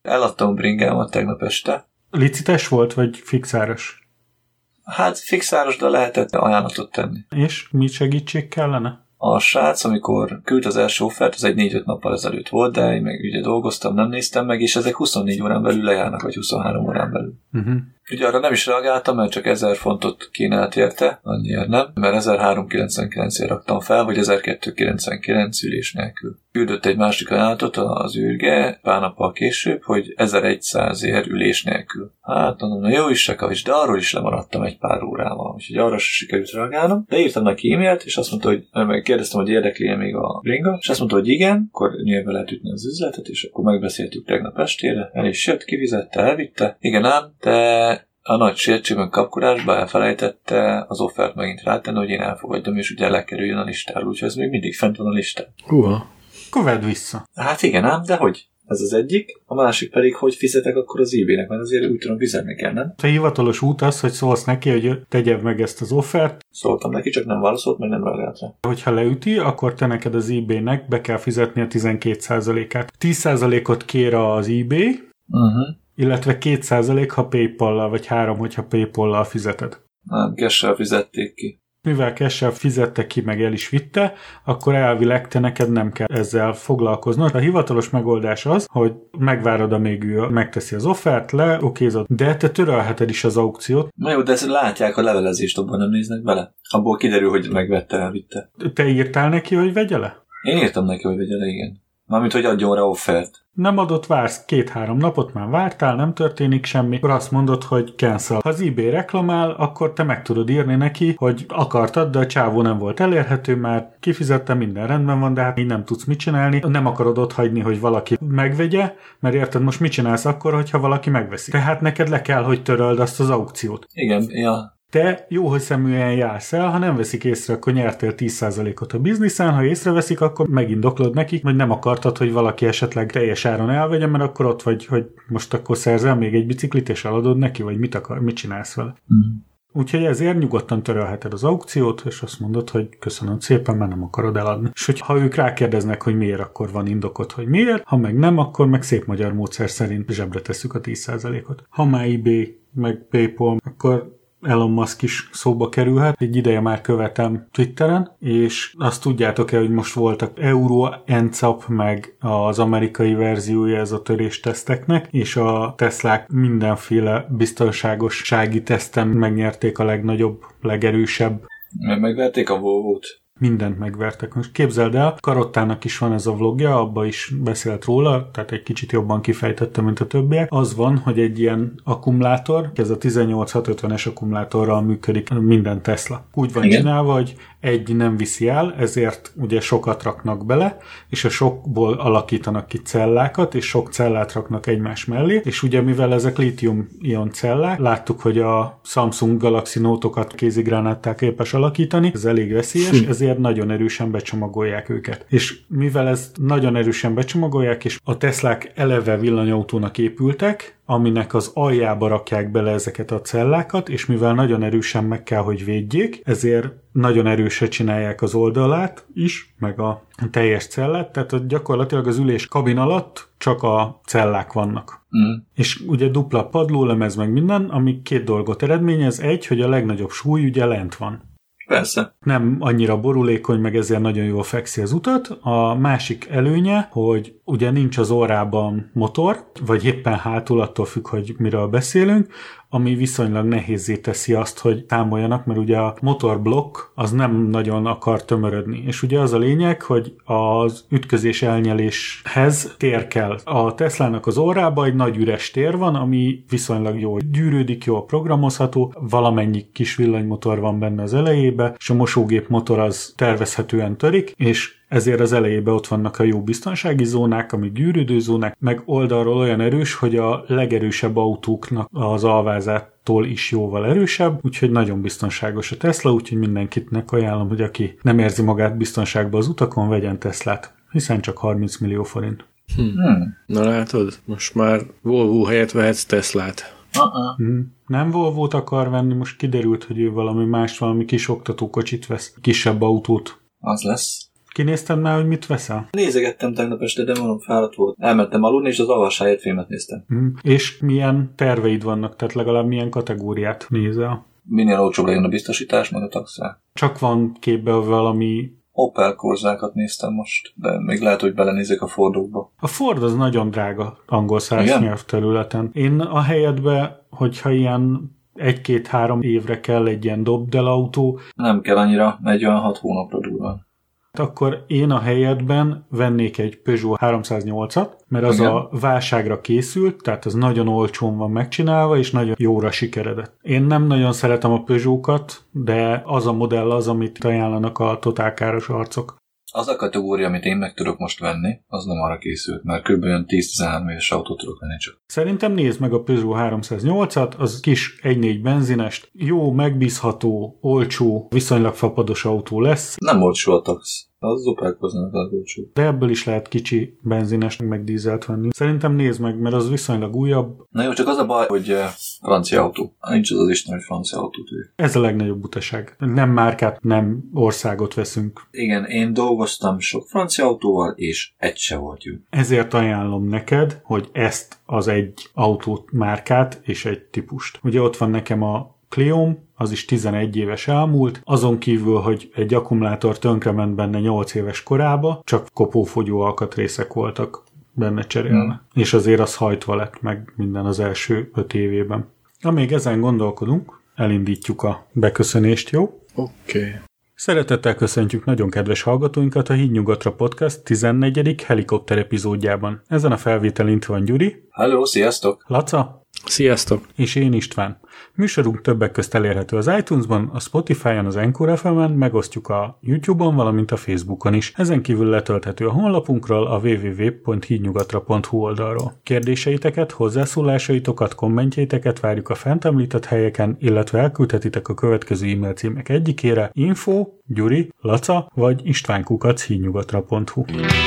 Eladtam a bringámat tegnap este. Licites volt, vagy fixáros? Hát fixáros, de lehetett ajánlatot tenni. És mi segítség kellene? A srác, amikor küld az első offert, az egy 4-5 nappal ezelőtt volt, de én meg ugye dolgoztam, nem néztem meg, és ezek 24 órán belül lejárnak, vagy 23 órán belül. Ugye arra nem is reagáltam, mert csak 1000 fontot kínált érte, annyiért nem, mert 1399-ért raktam fel, vagy 1299 ülés nélkül. Küldött egy másik ajánlatot az űrge pár nappal később, hogy 1100-ért ülés nélkül. Hát mondom, na jó is se kavics, de arról is lemaradtam egy pár órával, úgyhogy arra se sikerült reagálnom. De írtam neki e-mailt, és azt mondta, hogy megkérdeztem, hogy érdekli-e még a bringa, és azt mondta, hogy igen, akkor nyilván lehet ütni az üzletet, és akkor megbeszéltük tegnap estére, el is jött, kivizette, elvitte. Igen ám, de a nagy sértségben kapkodásba elfelejtette az offert megint rátenni, hogy én elfogadjam, és ugye lekerüljön a listáról, úgyhogy ez még mindig fent van a listán. Akkor vedd vissza. Hát igen ám, de hogy? Ez az egyik, a másik pedig, hogy fizetek akkor az eBay-nek, mert azért úgy tudom fizetni kell, nem? A hivatalos út az, hogy szólsz neki, hogy tegye meg ezt az offert. Szóltam neki, csak nem válaszolt, meg nem reagált rá. Hogyha leüti, akkor te neked az eBay-nek be kell fizetni a 12%-át. 10%-ot kér az eBay, illetve 2%, ha PayPal-lal, vagy 3%, hogyha PayPal-lal fizeted. Nem, cash-sel fizették ki. Mivel cash-sel fizette ki, meg el is vitte, akkor elvileg te neked nem kell ezzel foglalkoznod. A hivatalos megoldás az, hogy megvárod, amíg ő megteszi az offert, okézod, de te törölheted is az aukciót. Na jó, de ezt látják a levelezést, abban nem néznek bele. Abból kiderül, hogy megvette, elvitte. Te írtál neki, hogy vegye le? Én írtam neki, hogy vegye le, igen. Mármint, hogy adjon rá offert. Nem adott, vársz 2-3 napot, már vártál, nem történik semmi, akkor azt mondod, hogy cancel. Ha az eBay reklamál, akkor te meg tudod írni neki, hogy akartad, de a csávó nem volt elérhető, már kifizette, minden rendben van, de hát így nem tudsz mit csinálni. Nem akarod otthagyni, hogy valaki megvegye, mert érted, most mit csinálsz akkor, hogyha valaki megveszi. Tehát neked le kell, hogy töröld azt az aukciót. Igen, ja. Te jó, hogy szeműen jársz el, ha nem veszik észre, akkor nyertél 10%-ot a bizniszen, ha észreveszik, akkor megindoklod nekik, hogy nem akartad, hogy valaki esetleg teljes áron elvegye, mert akkor ott vagy, hogy most akkor szerzel még egy biciklit, és eladod neki, vagy mit csinálsz vele. Úgyhogy ezért nyugodtan törölheted az aukciót, és azt mondod, hogy köszönöm szépen, mert nem akarod eladni. És hogyha ők rákérdeznek, hogy miért, akkor van indokot, hogy miért, ha meg nem, akkor meg szép magyar módszer szerint zsebre tesszük a 10%-ot. Ha már eBay, meg PayPal, akkor Elon Musk is szóba kerülhet. Egy ideje már követem Twitteren, és azt tudjátok-e, hogy most voltak Euro NCAP, meg az amerikai verziója ez a törésteszteknek, és a Teslák mindenféle biztonságossági teszten megnyerték a legnagyobb, legerősebb. Megverték a Volvo-t. Mindent megvertek. Most képzeld el, Karottának is van ez a vlogja, abba is beszélt róla, tehát egy kicsit jobban kifejtette, mint a többiek. Az van, hogy egy ilyen akkumulátor, ez a 18650-es akkumulátorral működik minden Tesla. Úgy van csinálva, hogy egy nem viszi el, ezért ugye sokat raknak bele, és a sokból alakítanak ki cellákat, és sok cellát raknak egymás mellé, és ugye mivel ezek lítium-ion cellák, láttuk, hogy a Samsung Galaxy Note-okat kézigránáttal képes alakítani, ez elég veszélyes, ezért nagyon erősen becsomagolják őket. És mivel ezt nagyon erősen becsomagolják, és a Teslák eleve villanyautónak épültek, aminek az aljába rakják bele ezeket a cellákat, és mivel nagyon erősen meg kell, hogy védjék, ezért nagyon erősen csinálják az oldalát is, meg a teljes cellát, tehát gyakorlatilag az ülés kabin alatt csak a cellák vannak. És ugye dupla padlólemez meg minden, ami két dolgot eredményez. Egy, hogy a legnagyobb súly ugye lent van. Persze. Nem annyira borulékony, meg ezért nagyon jól fekszi az utat. A másik előnye, hogy ugye nincs az orrában motor, vagy éppen hátul, attól függ, hogy miről beszélünk, ami viszonylag nehézzé teszi azt, hogy támoljanak, mert ugye a motorblokk az nem nagyon akar tömörödni. És ugye az a lényeg, hogy az ütközés elnyeléshez tér kell. A Teslának az orrában egy nagy üres tér van, ami viszonylag jól gyűrődik, jól programozható, valamennyi kis villanymotor van benne az elejébe, és a mosógép motor az tervezhetően törik, és ezért az elejében ott vannak a jó biztonsági zónák, ami gyűrődő zónák, meg oldalról olyan erős, hogy a legerősebb autóknak az alvázától is jóval erősebb, úgyhogy nagyon biztonságos a Tesla, úgyhogy mindenkitnek ajánlom, hogy aki nem érzi magát biztonságban az utakon, vegyen Teslát, hiszen csak 30 millió forint. Na látod, most már Volvo helyett vehetsz Teslát. Nem Volvo-t akar venni, most kiderült, hogy ő valami más, valami kis oktatókocsit vesz, kisebb autót. Az lesz. Kinézted már, hogy mit veszel? Nézegettem tegnap este, de mondom, fáradt volt. Elmentem aludni, és az alvásháját filmet néztem. És milyen terveid vannak? Tehát legalább milyen kategóriát nézel? Minél olcsóbb legyen a biztosítás, meg a taxál. Csak van képbe valami... Opel Corzákat néztem most, de még lehet, hogy belenézek a Fordokba. A Ford az nagyon drága angol száz nyelvterületen. Én a helyedbe, hogyha ilyen 1-2-3 évre kell egy ilyen dobdel autó... Nem kell annyira, 46 hónapra durván. Akkor én a helyedben vennék egy Peugeot 308-at, mert az a válságra készült, tehát az nagyon olcsón van megcsinálva, és nagyon jóra sikeredett. Én nem nagyon szeretem a Peugeot-kat, de az a modell az, amit ajánlanak a totálkáros arcok. Az a kategória, amit én meg tudok most venni, az nem arra készült, mert kb. 10-13 éves autót tudok venni csak. Szerintem nézd meg a Peugeot 308-at, az kis 1.4 benzinest, jó, megbízható, olcsó, viszonylag fapados autó lesz. Nem olcsó a tax. Az Opel Corzának az olcsó. De ebből is lehet kicsi benzines meg dízelt venni. Szerintem nézd meg, mert az viszonylag újabb. Na jó, csak az a baj, hogy francia autó. Nincs az Isten, hogy francia autót. Ez a legnagyobb butaság. Nem márkát, nem országot veszünk. Igen, én dolgoztam sok francia autóval, és egy se volt jó. Ezért ajánlom neked, hogy ezt az egy autót márkát és egy típust. Ugye ott van nekem a Clio, az is 11 éves elmúlt, azon kívül, hogy egy akkumulátor tönkrement benne 8 éves korába, csak kopófogyó alkatrészek voltak benne cserélve. És azért az hajtva lett meg minden az első 5 évében. Amíg ezen gondolkodunk, elindítjuk a beköszönést, jó? Oké. Szeretettel köszöntjük nagyon kedves hallgatóinkat a Hídnyugatra Podcast 14. helikopter epizódjában. Ezen a felvételin itt van Gyuri. Hello, sziasztok! Laca. Sziasztok! És én István. Műsorunk többek közt elérhető az iTunes-ban, a Spotify-on, az Anchor FM-en, megosztjuk a YouTube-on, valamint a Facebookon is. Ezen kívül letölthető a honlapunkról, a www.hídnyugatra.hu oldalról. Kérdéseiteket, hozzászólásaitokat, kommentjeiteket várjuk a fent említett helyeken, illetve elküldhetitek a következő e-mail címek egyikére: info, Gyuri, Laca vagy istvánkukac@hídnyugatra.hu.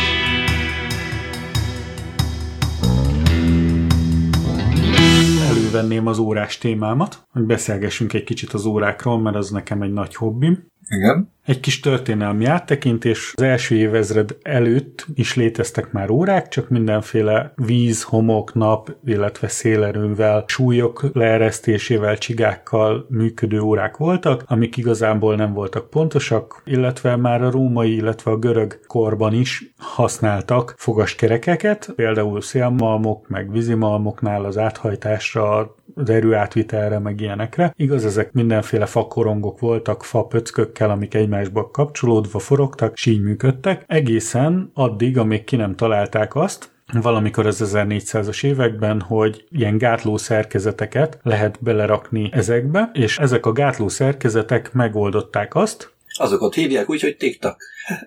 Venném az órás témámat, hogy beszélgessünk egy kicsit az órákról, mert az nekem egy nagy hobbim. Igen. Egy kis történelmi áttekintés. Az első évezred előtt is léteztek már órák, csak mindenféle víz, homok, nap, illetve szélerővel, súlyok leeresztésével, csigákkal működő órák voltak, amik igazából nem voltak pontosak, illetve már a római, illetve a görög korban is használtak fogaskerekeket, például szélmalmok, meg vízimalmoknál az áthajtásra, az erőátvitelre, meg ilyenekre. Igaz, ezek mindenféle fakorongok voltak, fapöckökkel, amik egymásba kapcsolódva forogtak, és így működtek. Egészen addig, amíg ki nem találták azt, valamikor az 1400-as években, hogy ilyen gátló szerkezeteket lehet belerakni ezekbe, és ezek a gátló szerkezetek megoldották azt. Azokat hívják úgy, hogy tiktak.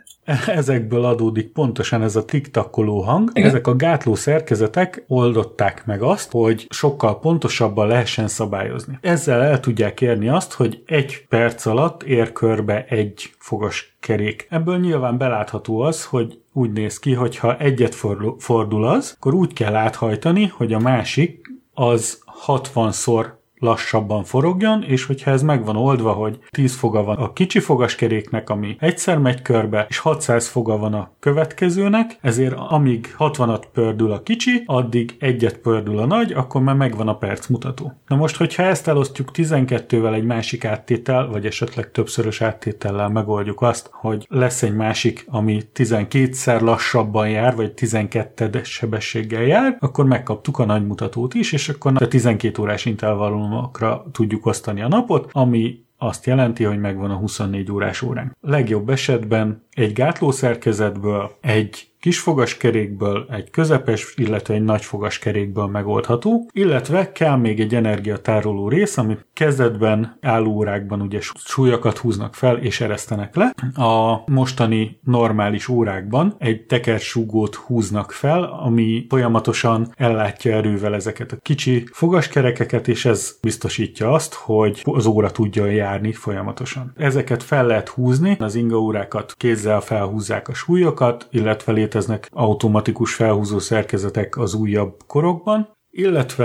Ezekből adódik pontosan ez a tiktakkoló hang. Igen. Ezek a gátló szerkezetek oldották meg azt, hogy sokkal pontosabban lehessen szabályozni. Ezzel el tudják érni azt, hogy 1 perc alatt ér körbe egy fogaskerék. Ebből nyilván belátható az, hogy úgy néz ki, hogy ha egyet fordul az, akkor úgy kell áthajtani, hogy a másik az 60-szor lassabban forogjon, és hogyha ez meg van oldva, hogy 10 foga van a kicsi fogaskeréknek, ami egyszer megy körbe, és 600 foga van a következőnek, ezért amíg 60-at pördül a kicsi, addig 1-et pördül a nagy, akkor már megvan a percmutató. Na most, hogyha ezt elosztjuk 12-vel egy másik áttétel, vagy esetleg többszörös áttétellel megoldjuk azt, hogy lesz egy másik, ami 12-szer lassabban jár, vagy 12-es sebességgel jár, akkor megkaptuk a nagy mutatót is, és akkor a 12 órás intervallumokra tudjuk osztani a napot, ami azt jelenti, hogy megvan a 24 órás óránk. Legjobb esetben egy gátlószerkezetből, egy kis fogaskerékből, egy közepes, illetve egy nagy fogaskerékből megoldható, illetve kell még egy energiatároló rész, amit kezdetben álló órákban ugye súlyokat húznak fel és eresztenek le. A mostani normális órákban egy tekersúgót húznak fel, ami folyamatosan ellátja erővel ezeket a kicsi fogaskerekeket, és ez biztosítja azt, hogy az óra tudja járni folyamatosan. Ezeket fel lehet húzni, az ingaórákat kézzel felhúzzák a súlyokat, illetve léteznek automatikus felhúzó szerkezetek az újabb korokban, illetve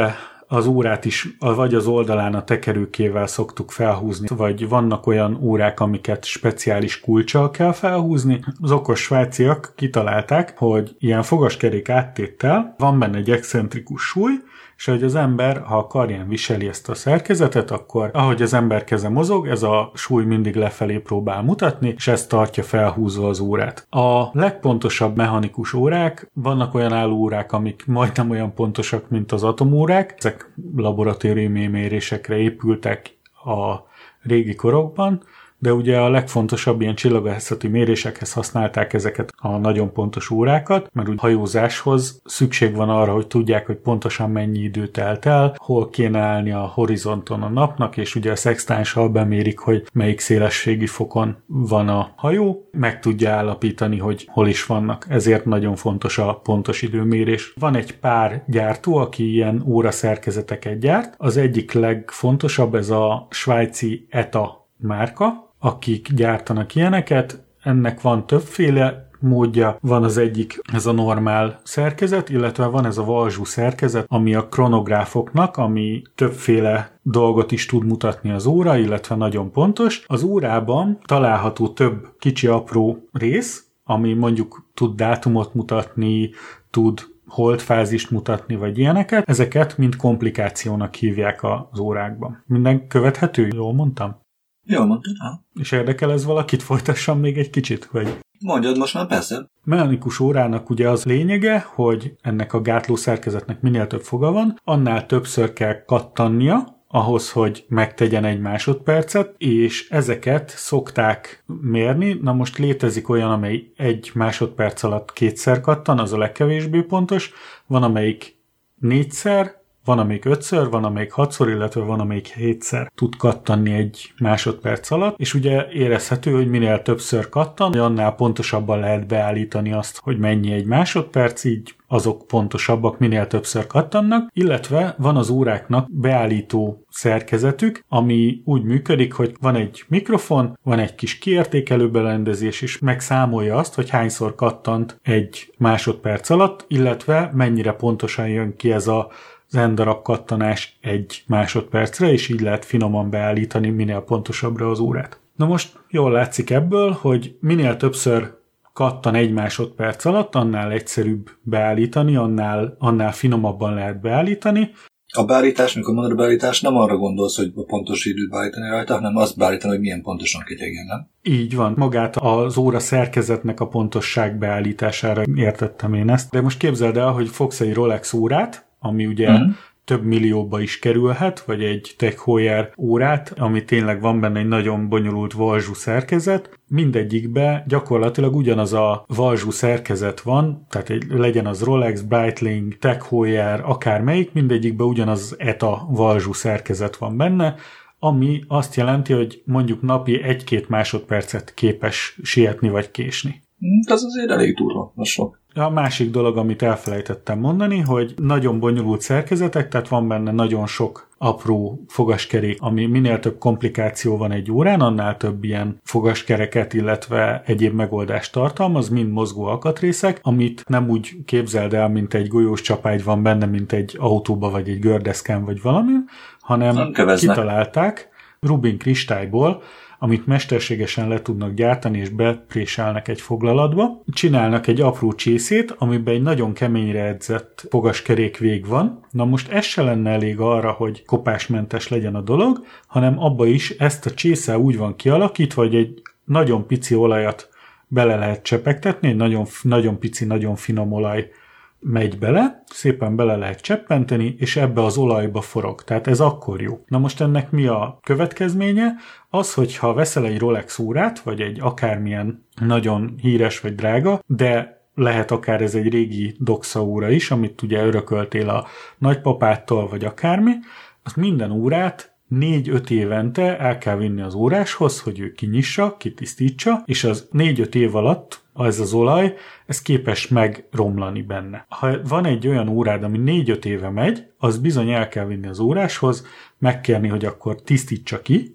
az órát is vagy az oldalán a tekerőkével szoktuk felhúzni, vagy vannak olyan órák, amiket speciális kulccsal kell felhúzni. Az okos svájciak kitalálták, hogy ilyen fogaskerék áttéttel van benne egy excentrikus súly, és hogy az ember, ha a karján viseli ezt a szerkezetet, akkor ahogy az ember keze mozog, ez a súly mindig lefelé próbál mutatni, és ez tartja felhúzva az órát. A legpontosabb mechanikus órák, vannak olyan állóórák, amik majdnem olyan pontosak, mint az atomórák. Ezek laboratóriumi mérésekre épültek a régi korokban, de ugye a legfontosabb ilyen csillagászati mérésekhez használták ezeket a nagyon pontos órákat, mert úgy hajózáshoz szükség van arra, hogy tudják, hogy pontosan mennyi idő telt el, hol kéne állni a horizonton a napnak, és ugye a szextánssal bemérik, hogy melyik szélességi fokon van a hajó, meg tudja állapítani, hogy hol is vannak. Ezért nagyon fontos a pontos időmérés. Van egy pár gyártó, aki ilyen óraszerkezeteket gyárt. Az egyik legfontosabb, ez a svájci ETA márka, akik gyártanak ilyeneket. Ennek van többféle módja. Van az egyik, ez a normál szerkezet, illetve van ez a valzsú szerkezet, ami a kronográfoknak, ami többféle dolgot is tud mutatni az óra, illetve nagyon pontos. Az órában található több kicsi apró rész, ami mondjuk tud dátumot mutatni, tud holdfázist mutatni, vagy ilyeneket. Ezeket mind komplikációnak hívják az órákban. Minden követhető? Jól mondtam? Jól mondtad, És érdekel ez valakit? Folytassam még egy kicsit? Vagy? Mondjad most már, persze. Mechanikus órának ugye az lényege, hogy ennek a gátló szerkezetnek minél több foga van, annál többször kell kattannia, ahhoz, hogy megtegyen egy másodpercet, és ezeket szokták mérni. Na most létezik olyan, amely egy másodperc alatt 2-szer kattan, az a legkevésbé pontos, van amelyik 4-szer, van amelyik 5-ször, van amelyik 6-szor, illetve van amelyik 7-szer tud kattanni egy másodperc alatt, és ugye érezhető, hogy minél többször kattan, annál pontosabban lehet beállítani azt, hogy mennyi egy másodperc, így azok pontosabbak, minél többször kattannak, illetve van az óráknak beállító szerkezetük, ami úgy működik, hogy van egy mikrofon, van egy kis kiértékelő berendezés, és megszámolja azt, hogy hányszor kattant egy másodperc alatt, illetve mennyire pontosan jön ki ez az n-darab kattanás egy másodpercre, és így lehet finoman beállítani minél pontosabbra az órát. Na most jól látszik ebből, hogy minél többször kattan egy másodperc alatt, annál egyszerűbb beállítani, annál finomabban lehet beállítani. A beállítás, mikor mondod a beállítás, nem arra gondolsz, hogy a pontos időt beállítani rajta, hanem azt beállítani, hogy milyen pontosan ketyegjen, nem? Így van. Magát az óra szerkezetnek a pontosság beállítására értettem én ezt. De most képzeld el, hogy fogsz egy Rolex órát, ami ugye több millióba is kerülhet, vagy egy Tag Heuer órát, ami tényleg van benne egy nagyon bonyolult valzsú szerkezet. Mindegyikbe gyakorlatilag ugyanaz a valzsú szerkezet van, tehát legyen az Rolex, Breitling, Tag Heuer, akármelyik, mindegyikbe ugyanaz az ETA valzsú szerkezet van benne, ami azt jelenti, hogy mondjuk napi 1-2 másodpercet képes sietni vagy késni. Ez azért elég durva, most sok. A másik dolog, amit elfelejtettem mondani, hogy nagyon bonyolult szerkezetek, tehát van benne nagyon sok apró fogaskerék, ami minél több komplikáció van egy órán, annál több ilyen fogaskereket, illetve egyéb megoldást tartalmaz, mind mozgó alkatrészek, amit nem úgy képzeld el, mint egy golyós csapágy van benne, mint egy autóba, vagy egy gördeszkán, vagy valami, hanem kitalálták Rubin kristályból, amit mesterségesen le tudnak gyártani, és bepréselnek egy foglalatba. Csinálnak egy apró csészét, amiben egy nagyon keményre edzett fogaskerék vég van. Na most ez se lenne elég arra, hogy kopásmentes legyen a dolog, hanem abba is ezt a csésze úgy van kialakítva, hogy egy nagyon pici olajat bele lehet csepegtetni, egy nagyon, nagyon pici, nagyon finom olaj megy bele, szépen bele lehet cseppenteni, és ebbe az olajba forog. Tehát ez akkor jó. Na most ennek mi a következménye? Az, hogyha veszel egy Rolex órát, vagy egy akármilyen nagyon híres vagy drága, de lehet akár ez egy régi Doxa óra is, amit ugye örököltél a nagypapától, vagy akármi, az minden órát 4-5 évente el kell vinni az óráshoz, hogy ő kinyissa, kitisztítsa, és az 4-5 év alatt ez az olaj, ez képes megromlani benne. Ha van egy olyan órád, ami 4-5 éve megy, az bizony el kell vinni az óráshoz, megkérni, hogy akkor tisztítsa ki,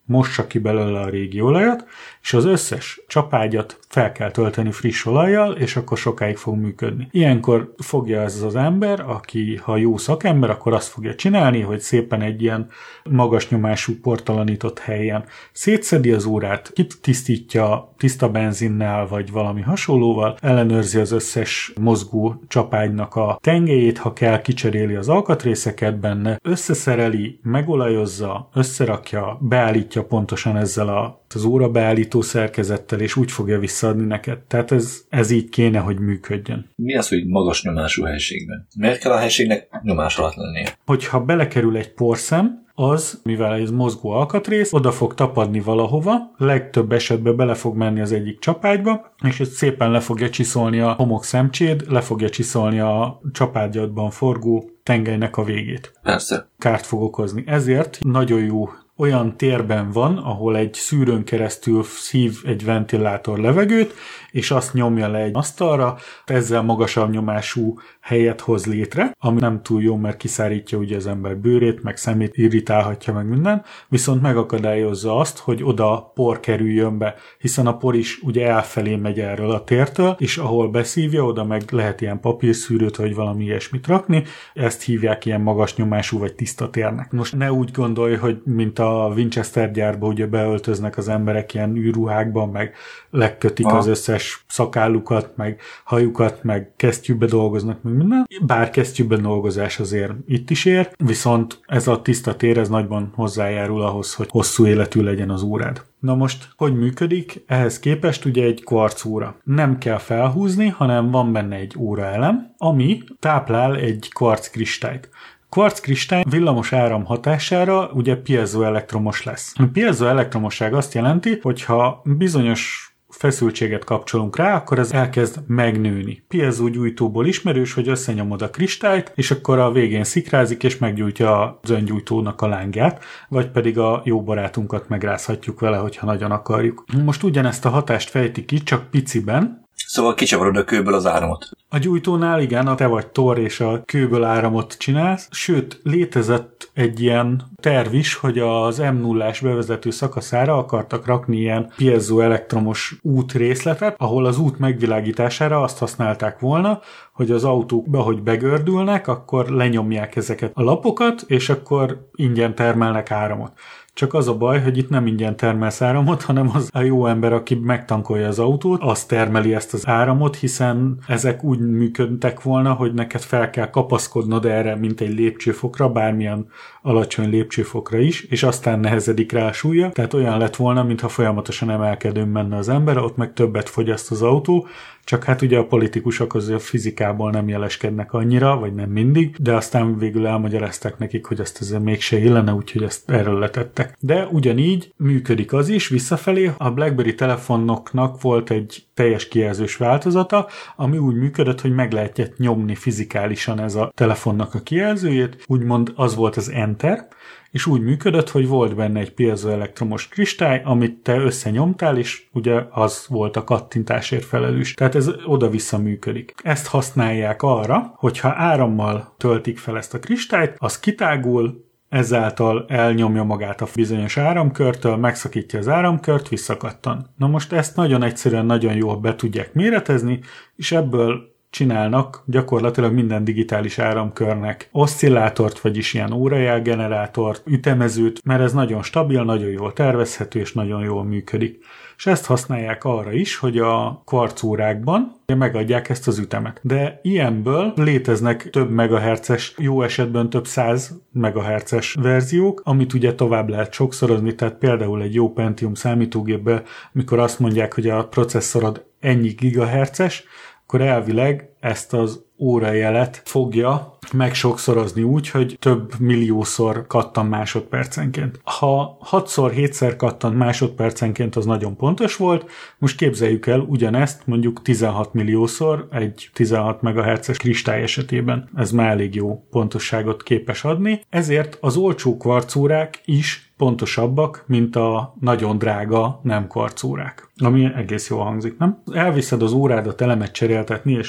mossa ki belőle a régi olajat, és az összes csapágyat fel kell tölteni friss olajjal, és akkor sokáig fog működni. Ilyenkor fogja ez az ember, aki ha jó szakember, akkor azt fogja csinálni, hogy szépen egy ilyen magas nyomású portalanított helyen szétszedi az órát, kitisztítja tiszta benzinnel, vagy valami hasonlóval, ellenőrzi az összes mozgó csapágynak a tengelyét, ha kell, kicseréli az alkatrészeket benne, összeszereli, megolajozza, összerakja, beállítja pontosan ezzel az órabeállító szerkezettel, és úgy fogja visszaadni neked. Tehát ez így kéne, hogy működjön. Mi az, hogy magas nyomású helységben? Miért kell a helységnek nyomás alatt lennie? Hogyha belekerül egy porszem, az, mivel ez mozgó alkatrész, oda fog tapadni valahova, legtöbb esetben bele fog menni az egyik csapágyba, és ez szépen le fogja csiszolni a homokszemcséd, le fogja csiszolni a csapágyadban forgó tengelynek a végét. Persze. Kárt fog okozni. Ezért nagyon jó olyan térben van, ahol egy szűrőn keresztül szív egy ventilátor levegőt, és azt nyomja le egy asztalra, ezzel magasabb nyomású helyet hoz létre, ami nem túl jó, mert kiszárítja ugye az ember bőrét, meg szemét irritálhatja meg minden, viszont megakadályozza azt, hogy oda por kerüljön be, hiszen a por is ugye elfelé megy erről a tértől, és ahol beszívja, oda meg lehet ilyen papírszűrőt, vagy valami ilyesmit rakni, ezt hívják ilyen magas nyomású vagy tiszta térnek. Most ne úgy gondolj, hogy mint a Winchester gyárba ugye beöltöznek az emberek ilyen űrruhákban, meg legkötik az összes szakállukat, meg hajukat, meg kesztyűbe dolgoznak, meg minden. Bár kesztyűben dolgozás azért itt is ér, viszont ez a tiszta tér, ez nagyban hozzájárul ahhoz, hogy hosszú életű legyen az órád. Na most, hogy működik? Ehhez képest ugye egy kvarcóra. Nem kell felhúzni, hanem van benne egy óraelem, ami táplál egy kvarckristályt. Kvarckristály villamos áram hatására ugye piezoelektromos lesz. A piezoelektromosság azt jelenti, hogy ha bizonyos feszültséget kapcsolunk rá, akkor ez elkezd megnőni. Piezo gyújtóból ismerős, hogy összenyomod a kristályt, és akkor a végén szikrázik, és meggyújtja az öngyújtónak a lángját, vagy pedig a jó barátunkat megrázhatjuk vele, hogyha nagyon akarjuk. Most ugyanezt a hatást fejti ki, csak piciben. Szóval kicsavarod a kőből az áramot. A gyújtónál igen, te vagy Thor, és a kőből áramot csinálsz, sőt, létezett egy ilyen terv is, hogy az M0-ás bevezető szakaszára akartak rakni ilyen piezoelektromos útrészletet, ahol az út megvilágítására azt használták volna, hogy az autók, ahogy begördülnek, akkor lenyomják ezeket a lapokat, és akkor ingyen termelnek áramot. Csak az a baj, hogy itt nem ingyen termelsz áramot, hanem az a jó ember, aki megtankolja az autót, az termeli ezt az áramot, hiszen ezek úgy működtek volna, hogy neked fel kell kapaszkodnod erre, mint egy lépcsőfokra, bármilyen alacsony lépcsőfokra is, és aztán nehezedik rá a súlya. Tehát olyan lett volna, mintha folyamatosan emelkedőn menne az ember, ott meg többet fogyaszt az autó, csak hát ugye a politikusok azért a fizikából nem jeleskednek annyira, vagy nem mindig, de aztán végül elmagyarázták nekik, hogy ezt ezzel mégse illene, úgyhogy ezt erről letettek. De ugyanígy működik az is visszafelé. A BlackBerry telefonoknak volt egy teljes kijelzős változata, ami úgy működött, hogy meg lehetett nyomni fizikálisan ez a telefonnak a kijelzőjét, úgymond az volt az Enter, és úgy működött, hogy volt benne egy piezoelektromos kristály, amit te összenyomtál, és ugye az volt a kattintásért felelős. Tehát ez oda-vissza működik. Ezt használják arra, hogyha árammal töltik fel ezt a kristályt, az kitágul, ezáltal elnyomja magát a bizonyos áramkörtől, megszakítja az áramkört, visszakattan. Na most ezt nagyon egyszerűen, nagyon jól be tudják méretezni, és ebből csinálnak gyakorlatilag minden digitális áramkörnek oszcillátort, vagyis ilyen órajelgenerátort, ütemezőt, mert ez nagyon stabil, nagyon jól tervezhető, és nagyon jól működik. És ezt használják arra is, hogy a kvarcórákban megadják ezt az ütemet. De ilyenből léteznek több megahertzes, jó esetben több 100 megahertzes verziók, amit ugye tovább lehet sokszorozni, tehát például egy jó Pentium számítógépben, mikor azt mondják, hogy a processzorod ennyi gigahertzes, akkor elvileg ezt az órajelet fogja megsokszorozni úgy, hogy több milliószor kattan másodpercenként. Ha 6-szor, 7-szer kattant másodpercenként, az nagyon pontos volt, most képzeljük el ugyanezt mondjuk 16 milliószor egy 16 MHz-es kristály esetében. Ez már elég jó pontosságot képes adni, ezért az olcsó kvarcórák is pontosabbak, mint a nagyon drága nem kvarcórák. Ami egész jól hangzik, nem? Elviszed az órádat elemet cseréltetni, és nem egy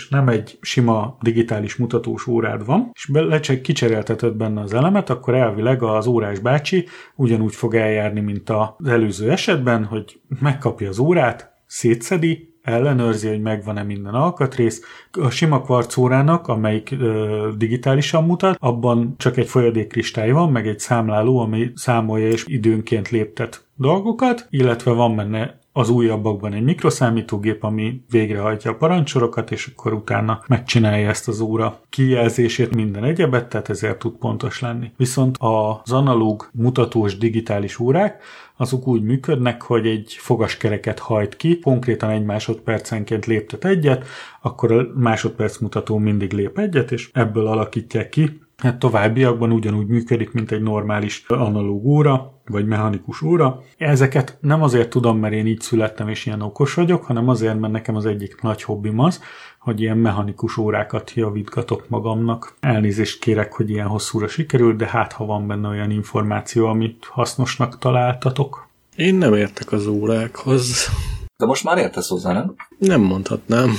egy sima digitális mutatós órád van, és kicserélteted benne az elemet, akkor elvileg az órás bácsi ugyanúgy fog eljárni, mint az előző esetben, hogy megkapja az órát, szétszedi, ellenőrzi, hogy megvan-e minden alkatrész. A sima kvarcórának, amelyik digitálisan mutat, abban csak egy folyadékkristály van, meg egy számláló, ami számolja és időnként léptet dolgokat, illetve van benne az újabbakban egy mikroszámítógép, ami végrehajtja a parancsorokat, és akkor utána megcsinálja ezt az óra kijelzését, minden egyebet, tehát ezért tud pontos lenni. Viszont az analóg mutatós digitális órák, azok úgy működnek, hogy egy fogaskereket hajt ki, konkrétan 1 másodpercenként léptet egyet, akkor a másodperc mutató mindig lép egyet, és ebből alakítják ki. Hát továbbiakban ugyanúgy működik, mint egy normális analóg óra, vagy mechanikus óra. Ezeket nem azért tudom, mert én így születtem és ilyen okos vagyok, hanem azért, mert nekem az egyik nagy hobbim az, hogy ilyen mechanikus órákat javítgatok magamnak. Elnézést kérek, hogy ilyen hosszúra sikerült, de hát ha van benne olyan információ, amit hasznosnak találtatok. Én nem értek az órákhoz. De most már értesz hozzá, nem? Nem mondhatnám.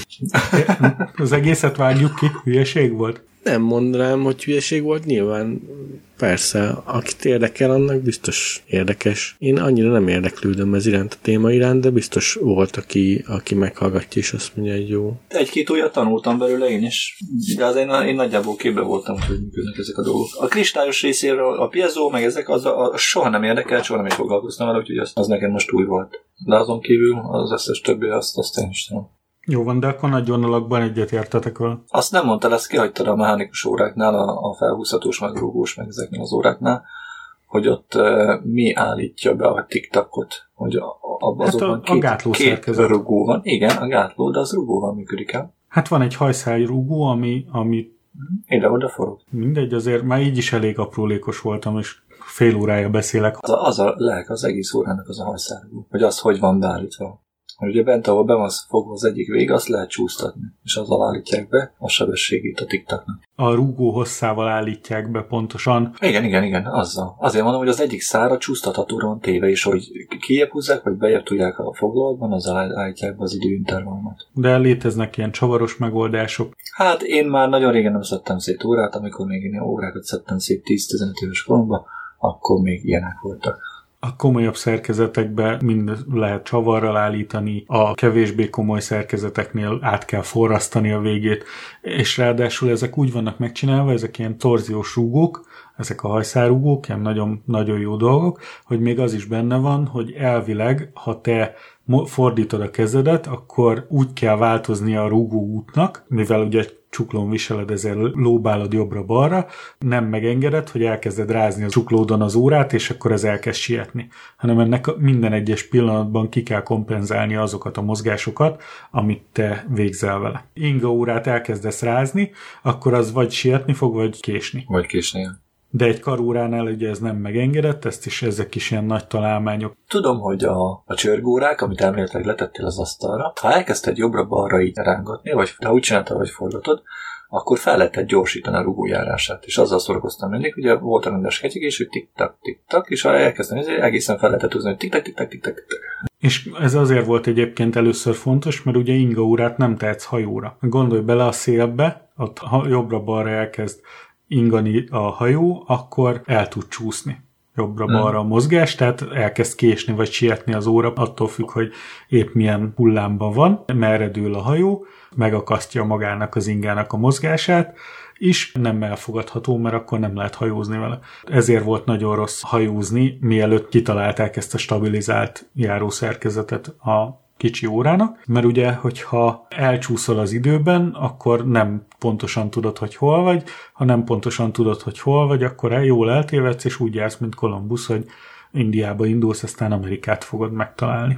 Az egészet vágjuk ki, hülyeség volt? Nem mondanám, hogy hülyeség volt, nyilván persze, akit érdekel, annak biztos érdekes. Én annyira nem érdeklődöm ez iránt, a téma iránt, de biztos volt, aki meghallgatja, és azt mondja, hogy jó. Egy-két újat tanultam belőle én is, de azért én nagyjából képbe voltam, hogy működnek ezek a dolgok. A kristályos részéről a piezo, meg ezek, az soha nem érdekelt, soha nem is foglalkoztam vele, úgyhogy az nekem most új volt. De azon kívül az összes többi, azt én is tudom. Jó van, de akkor nagy vonalakban egyet értetek vele. Azt nem mondtad, ezt kihagytad a mechanikus óráknál, a felhúzhatós, meg rúgós, meg ezeknél az óráknál, hogy ott mi állítja be a tiktakot, hogy abban hát azokban a gátló szerkezet. Rugó van. Igen, a gátló, de az rugóval működik el. Hát van egy hajszályrúgó, ami ide-oda forog. Mindegy, azért már így is elég aprólékos voltam, és fél órája beszélek. Az a lelk az egész órának az a hajszályrúgó, hogy az hogy van beállítva. Ugye bent, ahol be van fogva az egyik vég, azt lehet csúsztatni, és azzal állítják be a sebességét a tiktaknak. A rúgó hosszával állítják be pontosan. Igen, azzal. Azért mondom, hogy az egyik szára csúsztathatóra van téve, és hogy kijebb húzzák, vagy bejebb tudják a foglalatban, azzal állítják be az időintervallumot. De léteznek ilyen csavaros megoldások. Hát én már nagyon régen nem szedtem szét órát, amikor még én órákat szedtem szét 10-15 éves koromban, akkor még ilyenek voltak. A komolyabb szerkezetekbe mind lehet csavarral állítani, a kevésbé komoly szerkezeteknél át kell forrasztani a végét, és ráadásul ezek úgy vannak megcsinálva, ezek ilyen torziós rúgók, ezek a hajszálrúgók, ilyen nagyon, nagyon jó dolgok, hogy még az is benne van, hogy elvileg, ha te fordítod a kezedet, akkor úgy kell változnia a rúgó útnak, mivel ugye csuklón viseled, ezért lóbálod jobbra-balra, nem megengeded, hogy elkezded rázni a csuklódon az órát, és akkor ez elkezd sietni. Hanem ennek minden egyes pillanatban ki kell kompenzálni azokat a mozgásokat, amit te végzel vele. Inga órát elkezdesz rázni, akkor az vagy sietni fog, vagy késni. Vagy késni. De egy karóránál ugye ez nem megengedett, ezek is ilyen nagy találmányok. Tudom, hogy a csörgórák, amit elméletileg letettél az asztalra, ha elkezdted jobbra-balra így rángatni, vagy ha úgy csináltad, vagy forgatod, akkor fel lehetett gyorsítani a rugójárását. És azzal szórakoztam mindig, ugye volt a rendes ketyegés, hogy tik-tak, tik-tak, és ha elkezdtem, egészen fel lehetett húzni, hogy tik-tak, tik-tak, tik-tak, tik-tak. És ez azért volt egyébként először fontos, mert ugye inga órát nem tehetsz hajóra. Gondolj bele a szélbe, ott jobbra-balra elkezd ingani a hajó, akkor el tud csúszni jobbra-balra a mozgás, tehát elkezd késni vagy sietni az óra, attól függ, hogy épp milyen hullámban van, merre dől a hajó, megakasztja magának az ingának a mozgását, is nem elfogadható, mert akkor nem lehet hajózni vele. Ezért volt nagyon rossz hajózni, mielőtt kitalálták ezt a stabilizált járószerkezetet a kicsi órának, mert ugye, hogyha elcsúszol az időben, akkor nem pontosan tudod, hogy hol vagy, ha nem pontosan tudod, hogy hol vagy, akkor jól eltévedsz, és úgy jársz, mint Kolumbusz, hogy Indiába indulsz, aztán Amerikát fogod megtalálni.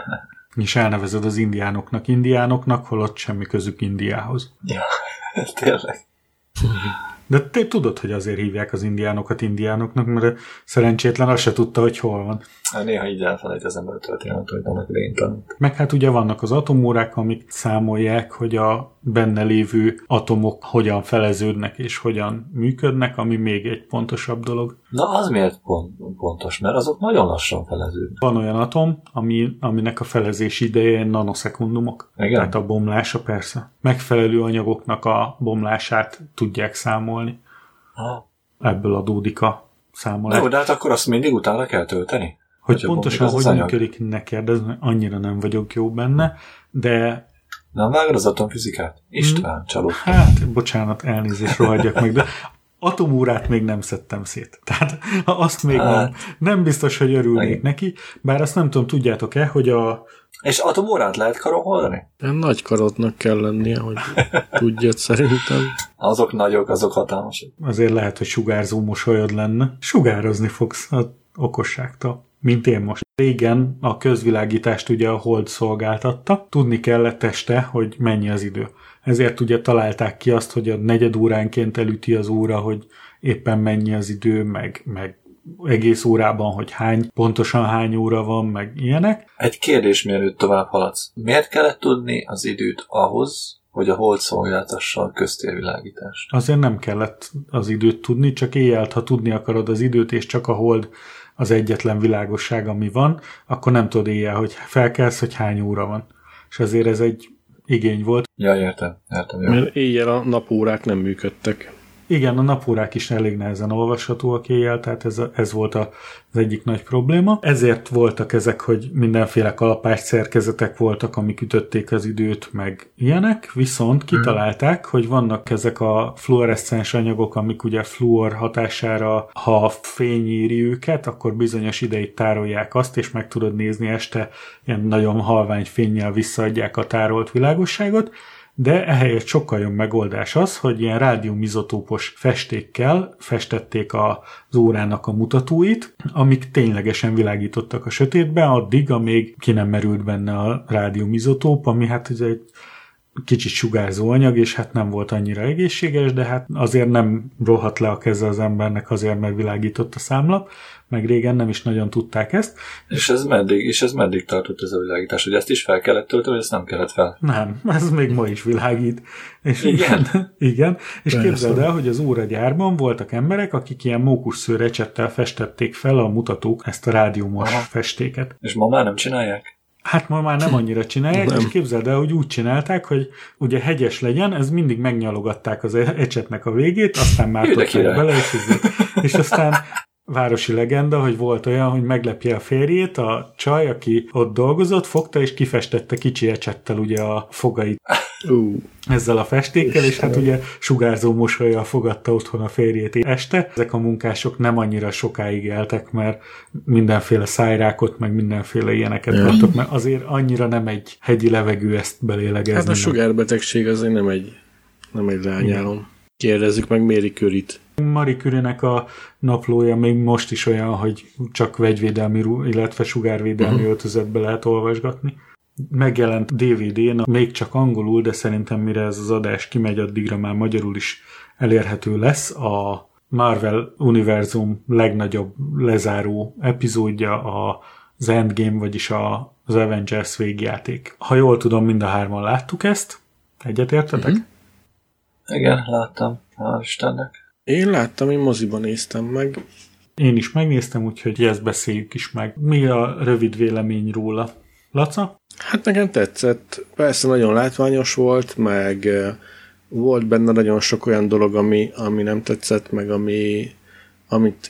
És elnevezed az indiánoknak, holott semmi közük Indiához. Ja, tényleg. De te tudod, hogy azért hívják az indiánoknak, mert szerencsétlen azt se tudta, hogy hol van. Néha így elfelejt az ember történet, hogy annak idején tanult. Meg hát ugye vannak az atomórák, amik számolják, hogy a benne lévő atomok hogyan feleződnek és hogyan működnek, ami még egy pontosabb dolog. Na az miért pontos? Mert azok nagyon lassan feleződnek. Van olyan atom, aminek a felezési ideje nanoszekundumok. Igen? Tehát a bomlása persze. Megfelelő anyagoknak a bomlását tudják számolni. Ebből adódik a számolás. De hát akkor azt mindig utána kell tölteni? Hogy pontosan hogy működik, ne kérdezz, annyira nem vagyok jó benne, de... Nem vágod az atomfizikát? István, csalódtam. Hát, bocsánat, elnézést, rohadjak meg, de atomórát még nem szedtem szét. Tehát azt még nem biztos, hogy örülnék neki, bár azt nem tudom, tudjátok-e, hogy a... És atomórát lehet karon hordani? Nagy karodnak kell lennie, hogy tudjad szerintem. Azok nagyok, azok hatalmasak. Azért lehet, hogy sugárzó mosolyod lenne. Sugározni fogsz az okosságtól, mint én most. Régen a közvilágítást ugye a Hold szolgáltatta. Tudni kellett este, hogy mennyi az idő. Ezért ugye találták ki azt, hogy a negyed óránként elüti az óra, hogy éppen mennyi az idő, meg egész órában, hogy pontosan hány óra van, meg ilyenek. Egy kérdés, mielőtt tovább haladsz. Miért kellett tudni az időt ahhoz, hogy a Hold szolgáltassa a köztérvilágítást? Azért nem kellett az időt tudni, csak éjjelt, ha tudni akarod az időt, és csak a Hold az egyetlen világosság, ami van, akkor nem tudod éjjel, hogy felkelsz, hogy hány óra van. És azért ez egy igény volt. Ja, értem. Jó. Mert éjjel a napórák nem működtek. Igen, a napórák is elég nehezen olvashatóak éjjel, tehát ez volt az egyik nagy probléma. Ezért voltak ezek, hogy mindenféle kalapács szerkezetek voltak, amik ütötték az időt, meg ilyenek, viszont kitalálták, hogy vannak ezek a fluoreszcens anyagok, amik ugye fluor hatására, ha fény éri őket, akkor bizonyos ideig tárolják azt, és meg tudod nézni este, ilyen nagyon halvány fénnyel visszaadják a tárolt világosságot, de ehelyett sokkal jobb megoldás az, hogy ilyen rádiumizotópos festékkel festették az órának a mutatóit, amik ténylegesen világítottak a sötétben, addig, amíg ki nem merült benne a rádiumizotóp, ami hát ez egy kicsit sugárzó anyag, és hát nem volt annyira egészséges, de hát azért nem rohadt le a keze az embernek azért, mert világított a számlap, meg régen nem is nagyon tudták ezt. És ez meddig tartott ez a világítás? Hogy ezt is fel kellett tölteni, vagy ezt nem kellett fel? Nem, ez még ma is világít. És igen? Igen. És képzeld el, hogy az óragyárban voltak emberek, akik ilyen mókusszőr ecsettel festették fel a mutatók ezt a rádiumos festéket. És ma már nem csinálják? Hát ma már nem annyira csinálják, és képzeld el, hogy úgy csinálták, hogy ugye hegyes legyen, ez mindig megnyalogatták az ecsetnek a végét, aztán már tudták bele, és aztán városi legenda, hogy volt olyan, hogy meglepje a férjét, a csaj, aki ott dolgozott, fogta és kifestette kicsi ecsettel ugye a fogait ezzel a festékkel, és hát ugye sugárzó mosollyal fogadta otthon a férjét este. Ezek a munkások nem annyira sokáig éltek, mert mindenféle szájrákot, meg mindenféle ilyeneket kaptak, mert azért annyira nem egy hegyi levegő ezt belélegezni. Hát a sugárbetegség azért nem egy lányálom. Kérdezzük meg Marie Curie-t. Marie Curie-nek a naplója még most is olyan, hogy csak vegyvédelmi, illetve sugárvédelmi öltözetbe lehet olvasgatni. Megjelent DVD-n, még csak angolul, de szerintem mire ez az adás kimegy, addigra már magyarul is elérhető lesz. A Marvel univerzum legnagyobb lezáró epizódja az Endgame, vagyis az Avengers végjáték. Ha jól tudom, mind a hárman láttuk ezt. Egyetértetek? Igen, láttam. Hál' Istennek. Én láttam, én moziban néztem meg. Én is megnéztem, úgyhogy ezt beszéljük is meg. Mi a rövid vélemény róla? Laca? Hát nekem tetszett. Persze nagyon látványos volt, meg volt benne nagyon sok olyan dolog, ami nem tetszett, meg amit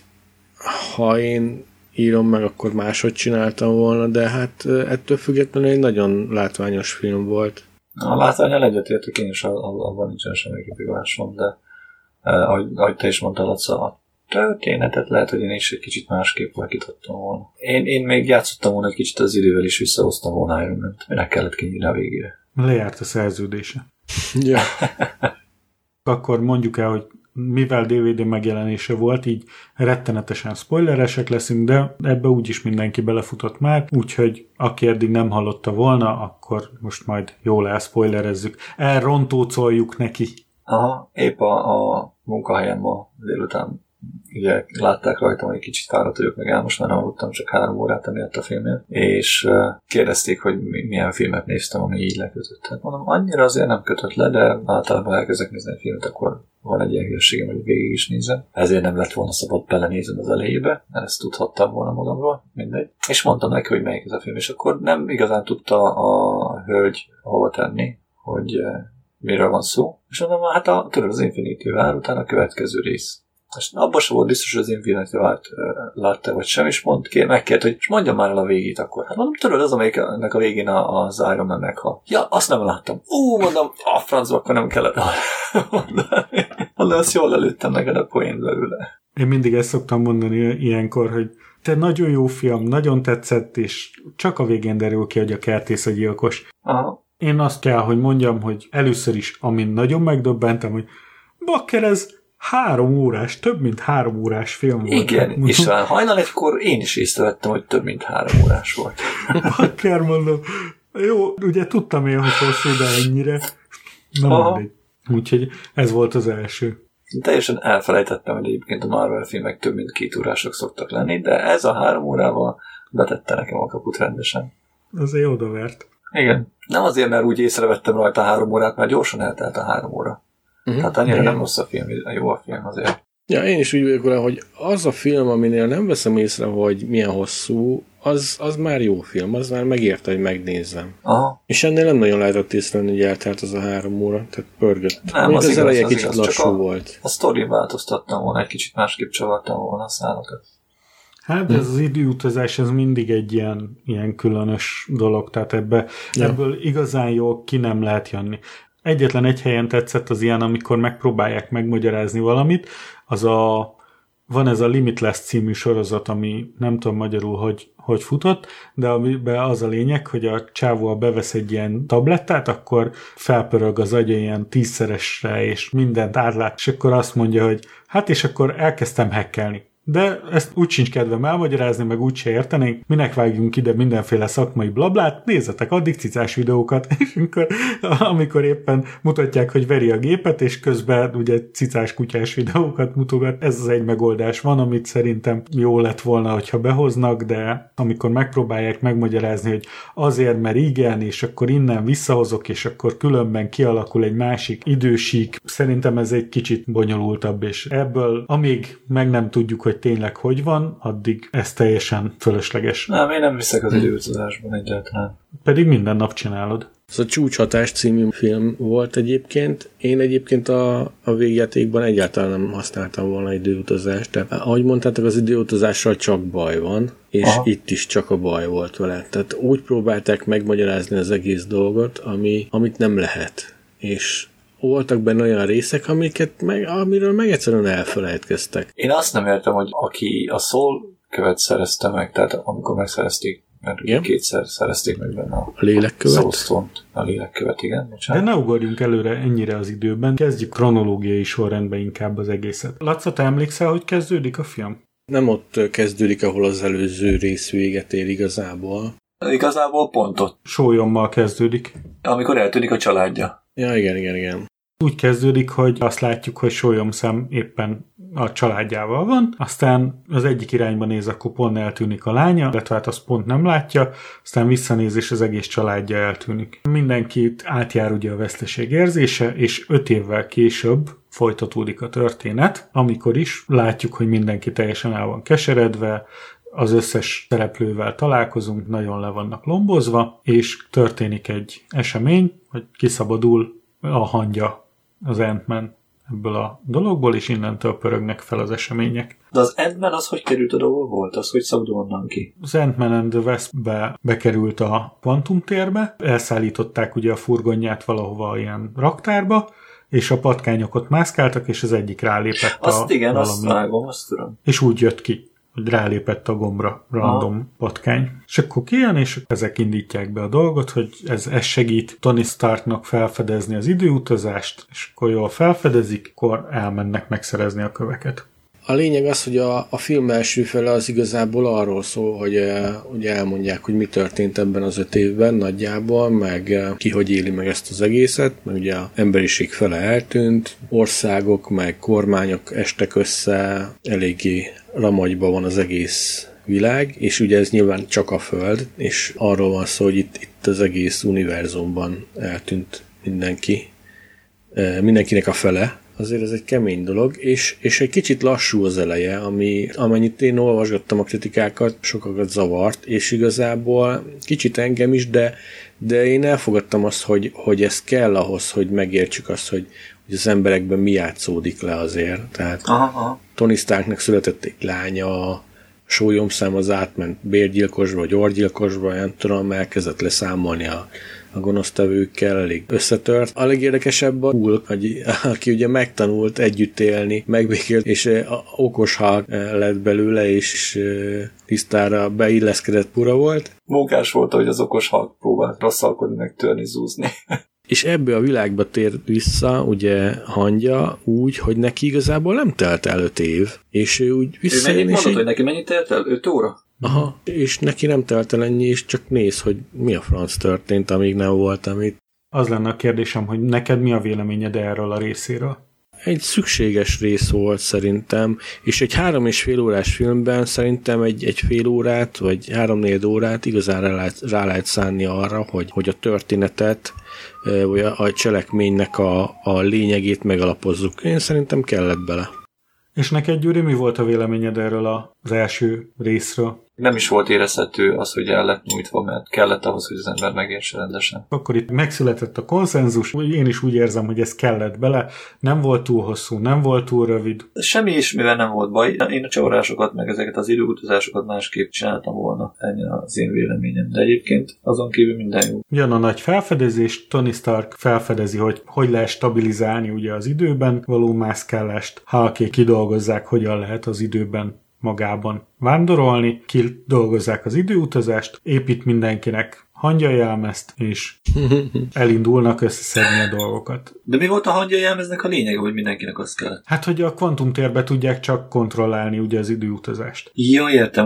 ha én írom meg, akkor máshogy csináltam volna, de hát ettől függetlenül egy nagyon látványos film volt. A látvánnyal egyetértek, én is abban nincsen semmi kipigvásom, de ahogy te is mondtad, a történetet lehet, hogy én is egy kicsit másképp vakítottam volna. Én még játszottam volna egy kicsit az idővel, is visszahoztam volna Iron Man-t. Minek kellett kinyírni a végére? Lejárt a szerződése. Ja. Akkor mondjuk el, hogy mivel DVD megjelenése volt, így rettenetesen spoileresek leszünk, de ebbe úgyis mindenki belefutott már, úgyhogy aki eddig nem hallotta volna, akkor most majd jól elspoilerezzük. Elrontócoljuk neki. Aha, épp a munkahelyen ma délután ugye látták rajtam, hogy kicsit fáradt vagyok, meg most már aludtam csak 3 órát emiatt a filmért, és kérdezték, hogy milyen filmet néztem, ami így lekötött. Hát mondom, annyira azért nem kötött le, de általában elkezdek nézni egy filmet, akkor van egy ilyen hírségem, hogy végig is nézem. Ezért nem lett volna szabad belenézni az elejébe, mert ezt tudhattam volna magamról, mindegy. És mondtam neki, hogy melyik ez a film, és akkor nem igazán tudta a hölgy hova tenni, hogy miről van szó. És mondom, hát tudod, az Infinity War után a következő rész. És abban sem volt biztos, hogy az Infinity War-t látta, vagy sem, és megkért, hogy mondjam már el a végét akkor. Hát mondom, tudod, az, amelyiknek a végén az Iron Man meghal. Ja, azt nem láttam. Mondom, a francba akkor nem kellett mondani. Mondom, azt jól előttem neked a poént belőle. Én mindig ezt szoktam mondani ilyenkor, hogy te nagyon jó film, nagyon tetszett, és csak a végén derül ki, hogy a kertész a gyilkos. Aha. Én azt kell, hogy mondjam, hogy először is, amin nagyon megdöbbentem, hogy bakker, ez 3 órás, több mint 3 órás film volt. Igen, és hajnal egykor én is észrevettem, hogy több mint 3 órás volt. Bakker, mondom. Jó, ugye tudtam én, hogy hosszú, de ennyire. Na mindegy. Úgyhogy ez volt az első. Teljesen elfelejtettem, hogy egyébként a Marvel filmek több mint 2 órások szoktak lenni, de ez a 3 órával betette nekem a kaput rendesen. Azért odavert. Igen. Nem azért, mert úgy észrevettem rajta 3 órát, mert gyorsan eltelt a 3 óra. Tehát annyira nem rossz a film, jó a film azért. Ja, én is úgy vagyok vele, hogy az a film, aminél nem veszem észre, hogy milyen hosszú, az már jó film, az már megérte, hogy megnézzem. Aha. És ennél nem nagyon lehetett észrevenni, hogy eltelt az a 3 óra, tehát pörgött. Nem, az eleje kicsit lassú volt. A sztorin változtattam volna, egy kicsit másképp csavartam volna a szálakat. Hát ez az időutazás, ez mindig egy ilyen különös dolog, tehát ebből igazán jól ki nem lehet jönni. Egyetlen egy helyen tetszett az ilyen, amikor megpróbálják megmagyarázni valamit, van ez a Limitless című sorozat, ami nem tudom magyarul, hogy futott, de amiben az a lényeg, hogy a csávó bevesz egy ilyen tablettát, akkor felpörög az agya ilyen 10-szeresre, és mindent átlát, és akkor azt mondja, hogy hát és akkor elkezdtem hackelni. De ezt úgy sincs kedvem elmagyarázni, meg úgy se értenénk, minek vágjunk ide mindenféle szakmai blablát, nézzetek addig cicás videókat, és amikor éppen mutatják, hogy veri a gépet, és közben ugye cicás kutyás videókat mutogat, ez az egy megoldás van, amit szerintem jó lett volna, hogyha behoznak, de amikor megpróbálják megmagyarázni, hogy azért, mert igen, és akkor innen visszahozok, és akkor különben kialakul egy másik idősík, szerintem ez egy kicsit bonyolultabb, és ebből, amíg meg nem tudjuk, hogy tényleg hogy van, addig ez teljesen fölösleges. Nem, én nem viszek az időutazásban egyáltalán. Pedig minden nap csinálod. Ez a Csúcshatás című film volt egyébként. Én egyébként a végjátékban egyáltalán nem használtam volna időutazást, de ahogy mondtátok, az időutazással csak baj van, és itt is csak a baj volt vele. Tehát úgy próbálták megmagyarázni az egész dolgot, amit nem lehet. És voltak benne olyan részek, amiről meg egyszerűen elfelejtkeztek. Én azt nem értem, hogy aki a Soul követ szerezte meg, tehát amikor megszerezték, mert ugye kétszer szerezték meg benne a lélekkövet. Soulstone-t. A lélekkövet, igen. Bocsánat. De ne ugorjunk előre ennyire az időben, kezdjük kronológiai sorrendben inkább az egészet. Laca, te emlékszel, hogy kezdődik a film? Nem ott kezdődik, ahol az előző rész véget ér igazából. Igazából pont ott. Sólyommal kezdődik. Amikor eltűnik a családja. Ja, igen. Úgy kezdődik, hogy azt látjuk, hogy Sólyomszem éppen a családjával van, aztán az egyik irányba néz, akkor pont eltűnik a lánya, illetve hát azt pont nem látja, aztán visszanéz, és az egész családja eltűnik. Mindenkit átjár ugye a veszteség érzése, és 5 évvel később folytatódik a történet, amikor is látjuk, hogy mindenki teljesen el van keseredve, az összes szereplővel találkozunk, nagyon le vannak lombozva, és történik egy esemény, hogy kiszabadul a hangya, az Ant-Man ebből a dologból, és innentől pörögnek fel az események. De az Ant-Man az hogy került oda, hol volt? Az hogy szabadul onnan ki? Az Ant-Man and the Wasp-be bekerült a kvantumtérbe, elszállították ugye a furgonját valahova ilyen raktárba, és a patkányok ott mászkáltak, és az egyik rálépett azt igen, azt vágom, azt tudom. És úgy jött ki, hogy rálépett a gombra random patkány. És akkor kijön, és ezek indítják be a dolgot, hogy ez segít Tony Starknak felfedezni az időutazást, és akkor jól felfedezik, akkor elmennek megszerezni a köveket. A lényeg az, hogy a film első fele az igazából arról szól, hogy ugye elmondják, hogy mi történt ebben az 5 évben nagyjából, meg ki hogy éli meg ezt az egészet, meg ugye az emberiség fele eltűnt, országok, meg kormányok estek össze, eléggé ramagyban van az egész világ, és ugye ez nyilván csak a Föld, és arról van szó, hogy itt az egész univerzumban eltűnt mindenkinek a fele. Azért ez egy kemény dolog, és egy kicsit lassú az eleje, amennyit én olvasgattam a kritikákat, sokakat zavart, és igazából kicsit engem is, de én elfogadtam azt, hogy ez kell ahhoz, hogy megértsük azt, hogy az emberekben mi játszódik le azért. Tehát Tony Starknak született egy lánya, sólyomszám az átment bérgyilkosba, vagy orgyilkosba, nem tudom, elkezdett leszámolni a gonosztevőkkel, elég összetört. A legérdekesebb a Hulk, aki ugye megtanult együtt élni, megbékélt, és okos Hulk lett belőle, és tisztára beilleszkedett pura volt. Munkás volt, hogy az okos Hulk próbált rosszalkodni, megtörni, zúzni. És ebbe a világba tér vissza, ugye hangja úgy, hogy neki igazából nem telt el 5 év, és ő úgy visszajön. Mondod, hogy neki mennyit telt el? 5 óra? Aha, és neki nem telt el ennyi, és csak néz, hogy mi a franc történt, amíg nem voltam itt. Az lenne a kérdésem, hogy neked mi a véleményed erről a részéről? Egy szükséges rész volt szerintem, és egy 3,5 órás filmben szerintem egy fél órát, vagy 3-4 órát igazán rá lehet szánni arra, hogy a történetet, vagy a cselekménynek a lényegét megalapozzuk. Én szerintem kellett bele. És neked, Gyuri, mi volt a véleményed erről az első részről? Nem is volt érezhető az, hogy el lett nyújtva, mert kellett ahhoz, hogy az ember megértse rendesen. Akkor itt megszületett a konszenzus, én is úgy érzem, hogy ez kellett bele, nem volt túl hosszú, nem volt túl rövid. Semmi is, mivel nem volt baj. Én a csavarásokat, meg ezeket az időutazásokat másképp csináltam volna, ennyi az én véleményem. De egyébként azon kívül minden jó. Jön a nagy felfedezés, Tony Stark felfedezi, hogy lehet stabilizálni ugye az időben való mászkálást, Hulkék kidolgozzák, hogyan lehet az időben magában vándorolni, kidolgozzák az időutazást, épít mindenkinek hangyajelmezt, és elindulnak összeszedni a dolgokat. De mi volt a hangyajelmeznek a lényege, hogy mindenkinek az kellett? Hát, hogy a kvantumtérbe tudják csak kontrollálni ugye az időutazást. Jó, értem.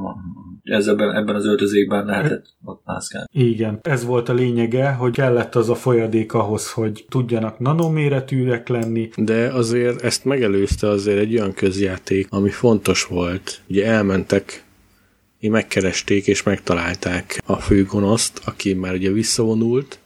Ebben az öltözékben lehetett ott mászkálni. Igen, ez volt a lényege, hogy kellett az a folyadék ahhoz, hogy tudjanak nanoméretűek lenni. De azért ezt megelőzte azért egy olyan közjáték, ami fontos volt. Ugye elmentek, megkeresték és megtalálták a főgonoszt, aki már ugye visszavonult.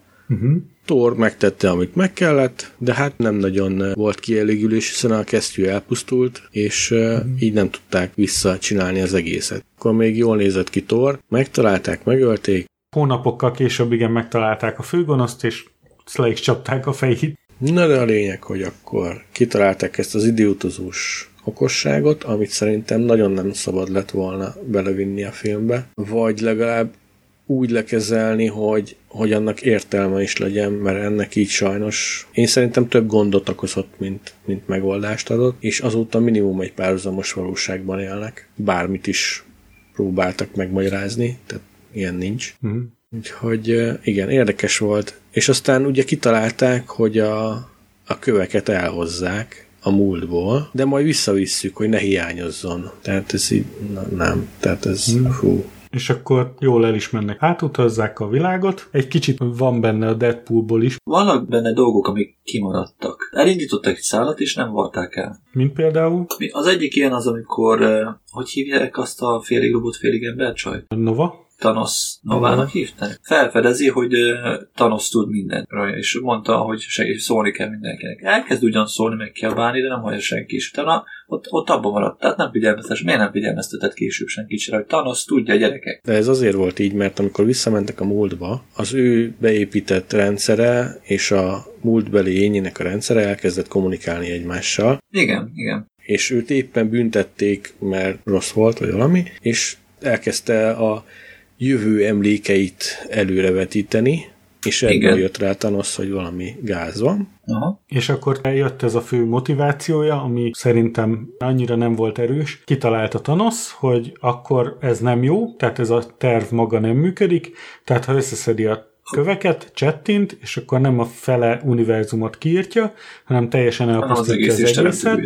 Thor megtette, amit meg kellett, de hát nem nagyon volt kielégülés, hiszen a kesztyű elpusztult, és így nem tudták visszacsinálni az egészet. Akkor még jól nézett ki Thor, megtalálták, megölték. Hónapokkal később igen megtalálták a főgonoszt, és le is csapták a fejét. Na de a lényeg, hogy akkor kitalálták ezt az időutazós okosságot, amit szerintem nagyon nem szabad lett volna belevinni a filmbe, vagy legalább úgy lekezelni, hogy annak értelme is legyen, mert ennek így sajnos én szerintem több gondot okozott, mint megoldást adott, és azóta minimum egy párhuzamos valóságban élnek. Bármit is próbáltak megmagyarázni, tehát ilyen nincs. Úgyhogy igen, érdekes volt. És aztán ugye kitalálták, hogy a köveket elhozzák a múltból, de majd visszavisszük, hogy ne hiányozzon. Tehát ez így, nem. Tehát ez, hú. És akkor jól el is mennek. Átutazzák a világot. Egy kicsit van benne a Deadpoolból is. Vannak benne dolgok, amik kimaradtak. Elindítottak egy szállat, és nem varták el. Mint például? Az egyik ilyen az, amikor, hogy hívják azt a félig robot, félig embercsaj? Nova? Thanos Novának hívták. Felfedezi, hogy Thanos tud mindenről, és mondta, hogy szólni kell mindenkinek. Elkezd ugyan szólni, meg kell bánni, de nem hallja senki is. Utána ott abban maradt. Tehát nem figyelmeztetés. Miért nem figyelmeztetett később senki is, hogy Thanos tudja, gyerekek? De ez azért volt így, mert amikor visszamentek a múltba, az ő beépített rendszere és a múltbeli ényének a rendszere elkezdett kommunikálni egymással. Igen. És őt éppen büntették, mert rossz volt, vagy valami, és elkezdte a jövő emlékeit előrevetíteni, és ebből jött rá Thanos, hogy valami gáz van. És akkor eljött ez a fő motivációja, ami szerintem annyira nem volt erős. Kitalálta Thanos, hogy akkor ez nem jó, tehát ez a terv maga nem működik, tehát ha összeszedi a köveket, csettint, és akkor nem a fele univerzumot kiírtja, hanem teljesen elpusztítja az egészet.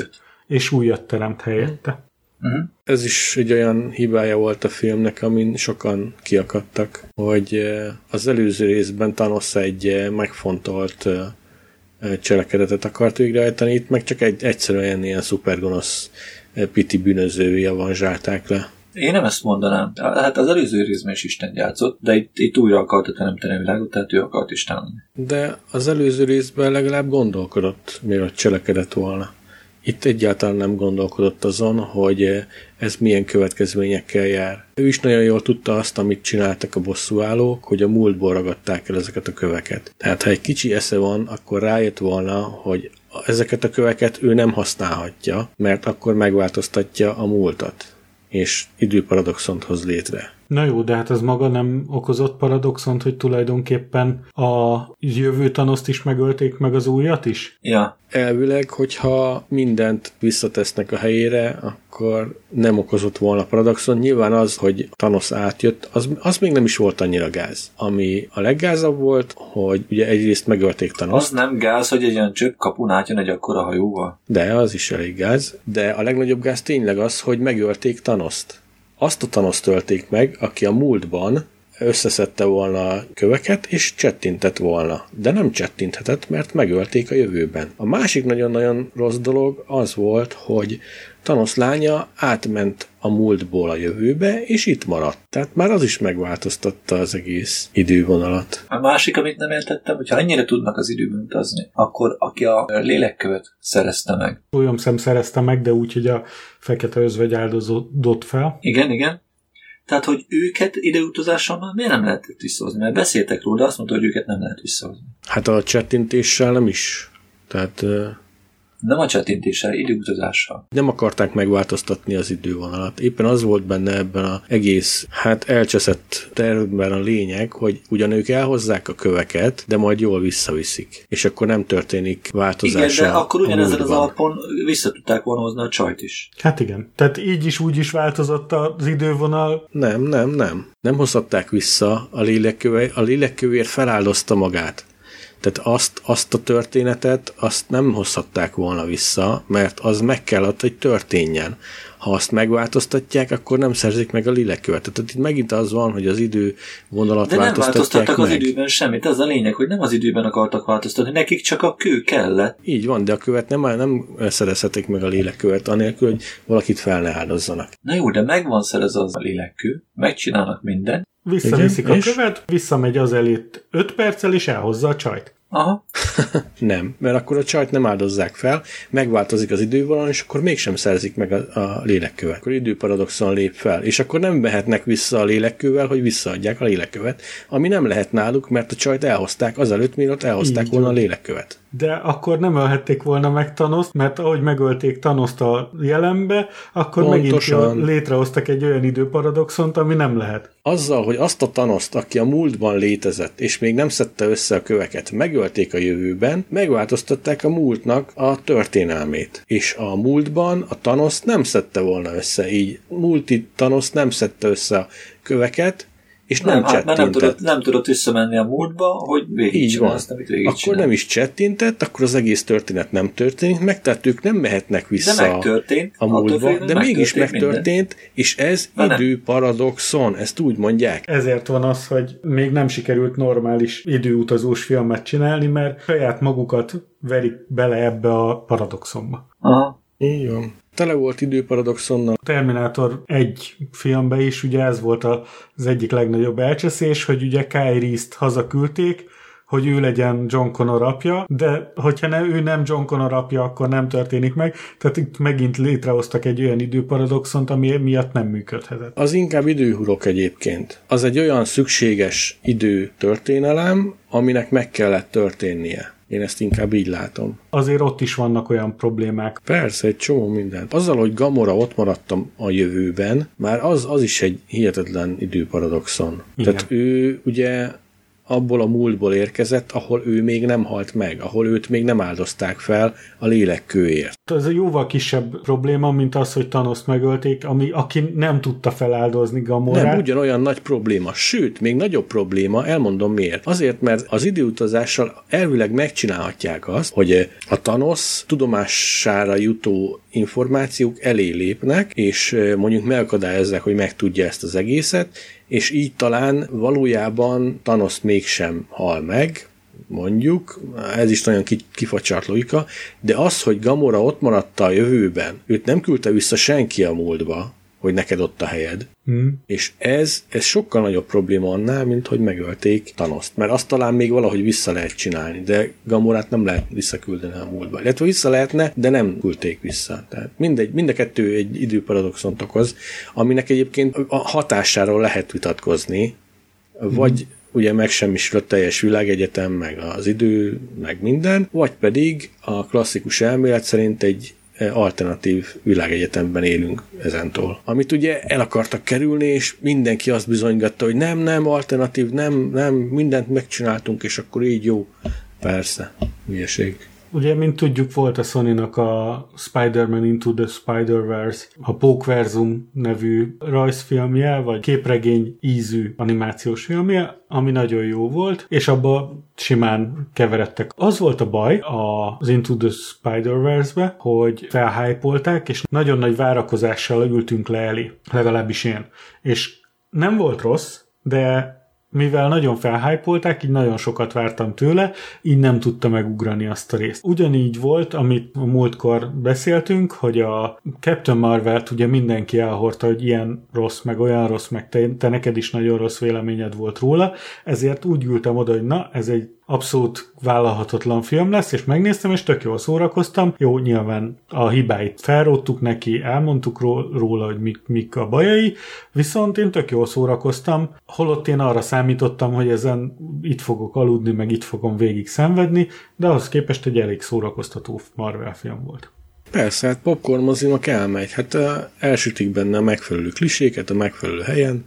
és újat teremt helyette. Ez is egy olyan hibája volt a filmnek, amin sokan kiakadtak, hogy az előző részben Thanos egy megfontolt cselekedetet akart végrehajtani, itt meg csak egyszerűen ilyen szupergonosz piti bűnözői avanzsálták le. Én nem ezt mondanám. Hát az előző részben is Isten játszott, de itt újra akarta teremteni a világot, tehát ő akart Isten lenni. De az előző részben legalább gondolkodott, mielőtt cselekedett volna. Itt egyáltalán nem gondolkodott azon, hogy ez milyen következményekkel jár. Ő is nagyon jól tudta azt, amit csináltak a bosszúállók, hogy a múltból ragadták el ezeket a köveket. Tehát ha egy kicsi esze van, akkor rájött volna, hogy ezeket a köveket ő nem használhatja, mert akkor megváltoztatja a múltat, és időparadoxont hoz létre. Na jó, de hát az maga nem okozott paradoxont, hogy tulajdonképpen a jövő Thanost is megölték, meg az újat is? Ja. Elvileg, hogyha mindent visszatesznek a helyére, akkor nem okozott volna paradoxon. Nyilván az, hogy Thanos átjött, az még nem is volt annyira gáz. Ami a leggázabb volt, hogy ugye egyrészt megölték Thanost. Az nem gáz, hogy egy olyan csöpp kapun átjön egy akkora hajóval. De, az is elég gáz. De a legnagyobb gáz tényleg az, hogy megölték Thanost. Azt a Thanost ölték meg, aki a múltban összeszedte volna a köveket, és csettintett volna. De nem csettinthetett, mert megölték a jövőben. A másik nagyon-nagyon rossz dolog az volt, hogy Thanos lánya átment a múltból a jövőbe, és itt maradt. Tehát már az is megváltoztatta az egész idővonalat. A másik, amit nem értettem, hogyha ennyire tudnak az időben utazni, akkor aki a lélekkövet szerezte meg. Újomszem szerezte meg, de úgy, hogy a fekete özvegy áldozódott fel. Igen. Tehát, hogy őket ideutazással már miért nem lehetett visszahozni? Mert beszéltek róla, de azt mondta, hogy őket nem lehet visszahozni. Hát a csettintéssel nem is. Tehát... Nem a csettintéssel, időutazással. Nem akarták megváltoztatni az idővonalat. Éppen az volt benne ebben az egész, elcseszett tervben a lényeg, hogy ugyan ők elhozzák a köveket, de majd jól visszaviszik. És akkor nem történik változás. Igen, de akkor ugyanezen az alapon vissza tudták volna hozni a csajt is. Hát igen. Tehát így is úgy is változott az idővonal. Nem. Nem hozhatták vissza a lélekkövet. A lélekkövér feláldozta magát. Tehát azt a történetet, azt nem hozhatták volna vissza, mert az meg kellett, hogy történjen. Ha azt megváltoztatják, akkor nem szerzik meg a lélekkövet. Tehát itt megint az van, hogy az idővonalat változtatják meg. De nem változtattak az időben semmit. Ez a lényeg, hogy nem az időben akartak változtatni, nekik csak a kő kellett. Így van, de a követ nem szerezhetik meg a lélekkövet, anélkül, hogy valakit fel ne áldozzanak. Na jó, de megvan szerezve az a lélekkő, megcsinálnak mindent. Visszaviszik a követ, visszamegy az előtt 5 perccel, és elhozza a csajt. Aha. Nem, mert akkor a csajt nem áldozzák fel, megváltozik az idővonal, és akkor mégsem szerzik meg a lélekkövet. Akkor időparadoxon lép fel, és akkor nem mehetnek vissza a lélekkővel, hogy visszaadják a lélekkövet, ami nem lehet náluk, mert a csajt elhozták azelőtt, mielőtt elhozták volna a lélekkövet. De akkor nem ölhették volna meg Thanost, mert ahogy megölték Thanost a jelenbe, akkor pontosan. Megint létrehoztak egy olyan időparadoxont, ami nem lehet. Azzal, hogy azt a Thanost, aki a múltban létezett, és még nem szedte össze a köveket, megölték a jövőben, megváltoztatták a múltnak a történelmét. És a múltban a Thanos nem szedte volna össze, így múlti Thanos nem szedte össze a köveket, és nem csettintett. Nem tudott visszamenni a múltba, hogy végigcsinálni azt, amit végigcsinálni. Akkor nem is csettintett, akkor az egész történet nem történik meg, tehát ők nem mehetnek vissza a múltba, de mégis megtörtént, és ez időparadoxon, ezt úgy mondják. Ezért van az, hogy még nem sikerült normális időutazós filmet csinálni, mert saját magukat verik bele ebbe a paradoxonba. Aha. Így van. Tele volt időparadoxonnal. A Terminátor 1 filmben is ugye ez volt az egyik legnagyobb elcseszés, hogy ugye Kyle Reese-t hazaküldték, hogy ő legyen John Connor apja, de hogyha ő nem John Connor apja, akkor nem történik meg. Tehát itt megint létrehoztak egy olyan időparadoxont, ami miatt nem működhetett. Az inkább időhurok egyébként. Az egy olyan szükséges időtörténelem, aminek meg kellett történnie. Én ezt inkább így látom. Azért ott is vannak olyan problémák. Persze, egy csomó mindent. Azzal, hogy Gamora ott maradtam a jövőben, már az is egy hihetetlen időparadoxon. Igen. Tehát ő ugye abból a múltból érkezett, ahol ő még nem halt meg, ahol őt még nem áldozták fel a lélekkőért. Ez jóval kisebb probléma, mint az, hogy Thanost megölték, aki nem tudta feláldozni Gamorát. Nem ugyanolyan nagy probléma, sőt, még nagyobb probléma, elmondom miért. Azért, mert az időutazással elvileg megcsinálhatják azt, hogy a Thanos tudomására jutó információk elé lépnek, és mondjuk megakadályozzák, hogy megtudja ezt az egészet, és így talán valójában Thanos mégsem hal meg, mondjuk, ez is nagyon kifacsart logika, de az, hogy Gamora ott maradta a jövőben, őt nem küldte vissza senki a múltba, hogy neked ott a helyed. És ez sokkal nagyobb probléma annál, mint hogy megölték Thanost. Mert azt talán még valahogy vissza lehet csinálni, de Gamorát nem lehet visszaküldeni a múltba. Illetve vissza lehetne, de nem küldték vissza. Tehát mind a kettő egy időparadoxont okoz, aminek egyébként a hatásáról lehet vitatkozni, vagy ugye megsemmisül a teljes világegyetem, meg az idő, meg minden, vagy pedig a klasszikus elmélet szerint egy alternatív világegyetemben élünk ezentől. Amit ugye el akartak kerülni, és mindenki azt bizonygatta, hogy nem, alternatív, nem, mindent megcsináltunk, és akkor így jó. Persze, hülyeség. Ugye, mint tudjuk, volt a Sony-nak a Spider-Man Into the Spider-Verse, a Pókverzum nevű rajzfilmje, vagy képregény ízű animációs filmje, ami nagyon jó volt, és abba simán keveredtek. Az volt a baj az Into the Spider-Verse-be, hogy felhypolták, és nagyon nagy várakozással ültünk le elé, legalábbis én. És nem volt rossz, de mivel nagyon felhypolták, így nagyon sokat vártam tőle, így nem tudta megugrani azt a részt. Ugyanígy volt, amit a múltkor beszéltünk, hogy a Captain Marvelt ugye mindenki elhordta, hogy ilyen rossz, meg olyan rossz, meg te neked is nagyon rossz véleményed volt róla, ezért úgy ültem oda, hogy na, ez egy abszolút vállalhatatlan film lesz, és megnéztem, és tök jól szórakoztam. Jó, nyilván a hibáit felróttuk neki, elmondtuk róla, hogy mik a bajai, viszont én tök jól szórakoztam, holott én arra számítottam, hogy ezen itt fogok aludni, meg itt fogom végig szenvedni, de ahhoz képest egy elég szórakoztató Marvel film volt. Persze, hát popcorn mozinak elmegy. Hát elsütik benne a megfelelő kliséket a megfelelő helyen,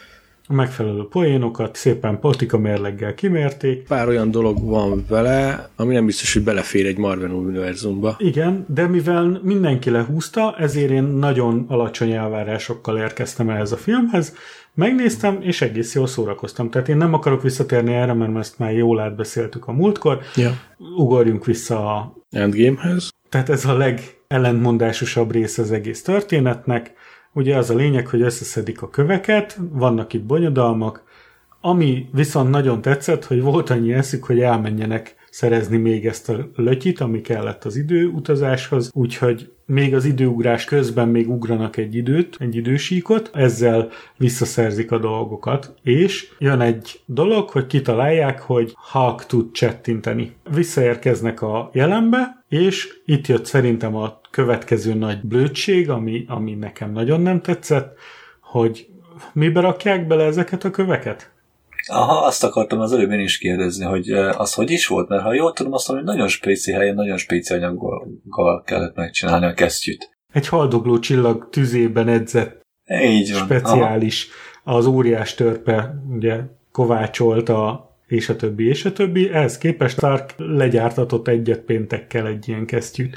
a megfelelő poénokat szépen politika mérleggel kimérték. Pár olyan dolog van vele, ami nem biztos, hogy belefér egy Marvel univerzumba. Igen, de mivel mindenki lehúzta, ezért én nagyon alacsony elvárásokkal érkeztem ehhez a filmhez. Megnéztem, és egész jól szórakoztam. Tehát én nem akarok visszatérni erre, mert ezt már jól átbeszéltük a múltkor. Ja. Ugorjunk vissza a Endgamehez. Tehát ez a legellentmondásosabb része az egész történetnek. Ugye az a lényeg, hogy összeszedik a köveket, vannak itt bonyodalmak, ami viszont nagyon tetszett, hogy volt annyi eszük, hogy elmenjenek szerezni még ezt a lötyit, ami kellett az időutazáshoz, úgyhogy még az időugrás közben még ugranak egy idősíkot, ezzel visszaszerzik a dolgokat, és jön egy dolog, hogy kitalálják, hogy Hulk tud csettinteni. Visszaérkeznek a jelenbe, és itt jött szerintem a következő nagy blödség, ami nekem nagyon nem tetszett, hogy mibe rakják bele ezeket a köveket? Aha, azt akartam az előbb én is kérdezni, hogy az hogy is volt, mert ha jól tudom, azt mondom, hogy nagyon spéci helyen, nagyon spéci anyaggal kellett megcsinálni a kesztyűt. Egy haldogló csillag tüzében edzett, így van. speciális, az óriás törpe, ugye kovácsolt és a többi, és a többi. Ehhez képest Stark legyártatott egyet péntekkel egy ilyen kesztyűt.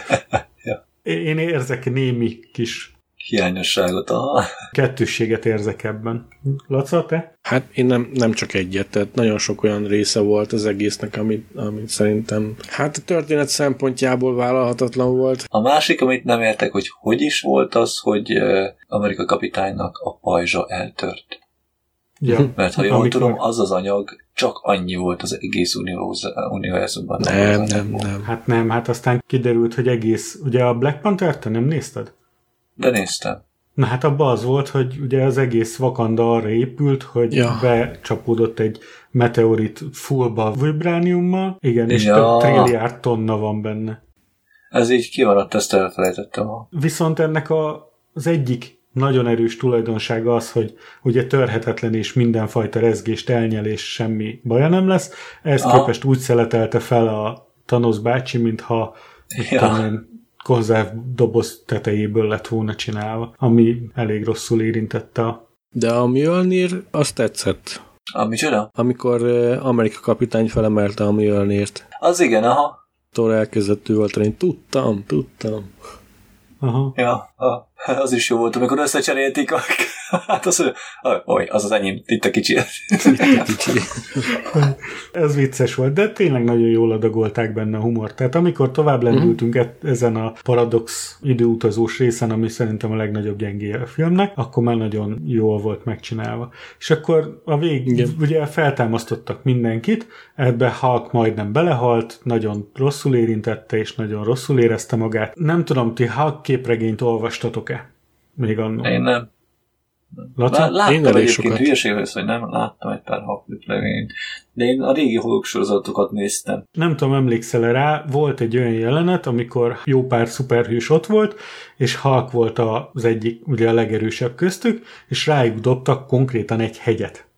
Ja. Én érzek némi kis hiányosságot, kettősséget érzek ebben. Laca, te? Hát én nem csak egyet, tehát nagyon sok olyan része volt az egésznek, amit szerintem hát a történet szempontjából vállalhatatlan volt. A másik, amit nem értek, hogy is volt az, hogy Amerika kapitánynak a pajzsa eltört. Ja. Mert ha jól tudom, az az anyag csak annyi volt az egész univerzumban. Nem. Hát aztán kiderült, hogy egész, ugye a Black Panther-t te nem nézted? De néztem. Na hát abban az volt, hogy ugye az egész Wakanda arra épült, hogy becsapódott egy meteorit fullba vibrániummal, igen, és több trilliárd tonna van benne. Ez így kimaradt, ezt elfelejtettem. Viszont ennek az egyik nagyon erős tulajdonsága az, hogy ugye törhetetlen és mindenfajta rezgést elnyel, és semmi baja nem lesz. Ehhez képest úgy szeletelte fel a Thanos bácsi, mintha konzervdoboz tetejéből lett volna csinálva, ami elég rosszul érintette De a Mjölnir azt tetszett. Micsoda? Amikor Amerika kapitány felemelte a Mjölnirt. Az igen, aha. Thor elkezdett üvölteni, tudtam. Aha. Ja, az is jó volt, amikor összecserélték hát az az enyém, itt a kicsi. Ez vicces volt, de tényleg nagyon jól adagolták benne a humor. Tehát amikor tovább lendültünk ezen a paradox időutazós részen, ami szerintem a legnagyobb gyengéje a filmnek, akkor már nagyon jól volt megcsinálva. És akkor a ugye feltámasztottak mindenkit, ebbe Hulk majdnem belehalt, nagyon rosszul érintette, és nagyon rosszul érezte magát. Nem tudom, ti Hulk képregényt olvastatok-e? Még annól. Én nem. Láttam egyébként hülyeséghez, hogy nem láttam egy pár Hulk-képregényt, de én a régi Hulk sorozatokat néztem. Nem tudom, emlékszel rá, volt egy olyan jelenet, amikor jó pár szuperhős ott volt, és Hulk volt az egyik, ugye a legerősebb köztük, és rájuk dobtak konkrétan egy hegyet.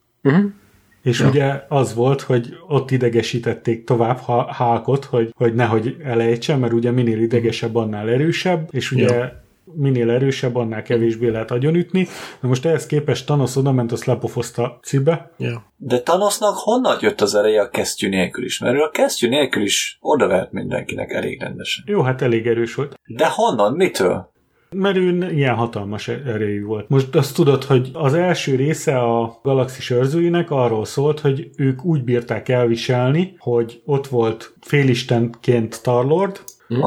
És ugye az volt, hogy ott idegesítették tovább Hulkot, hogy nehogy elejtsen, mert ugye minél idegesebb, annál erősebb, és ugye minél erősebb, annál kevésbé lehet agyonütni. Na most ehhez képest Thanos odament, azt lepofozta cibe. De Thanosnak honnan jött az ereje a kesztyű nélkül is? Mert ő a kesztyű nélkül is odavert mindenkinek elég rendesen. Jó, hát elég erős volt. De honnan? Mitől? Mert ő ilyen hatalmas erejű volt. Most azt tudod, hogy az első része a Galaxis őrzőinek arról szólt, hogy ők úgy bírták elviselni, hogy ott volt félistenként Star-Lord,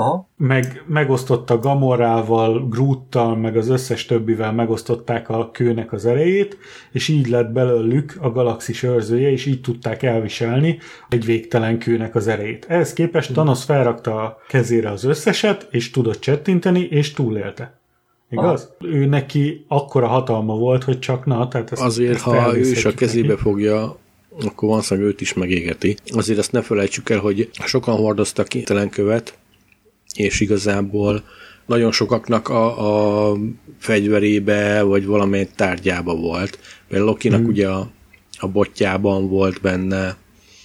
megosztotta Gamorával, Groottal, meg az összes többivel megosztották a kőnek az erejét, és így lett belőlük a Galaxis őrzője, és így tudták elviselni egy végtelen kőnek az erejét. Ehhez képest Thanos felrakta a kezére az összeset, és tudott csettinteni, és túlélte. Igaz? Ő neki akkora hatalma volt, hogy csak tehát azért, ha ő is a kezébe fogja, akkor valószínűleg őt is megégeti. Azért ezt ne felejtsük el, hogy sokan hordoztak képtelen követ, és igazából nagyon sokaknak a fegyverébe, vagy valamely tárgyába volt. Mert Lokinak ugye a botjában volt benne,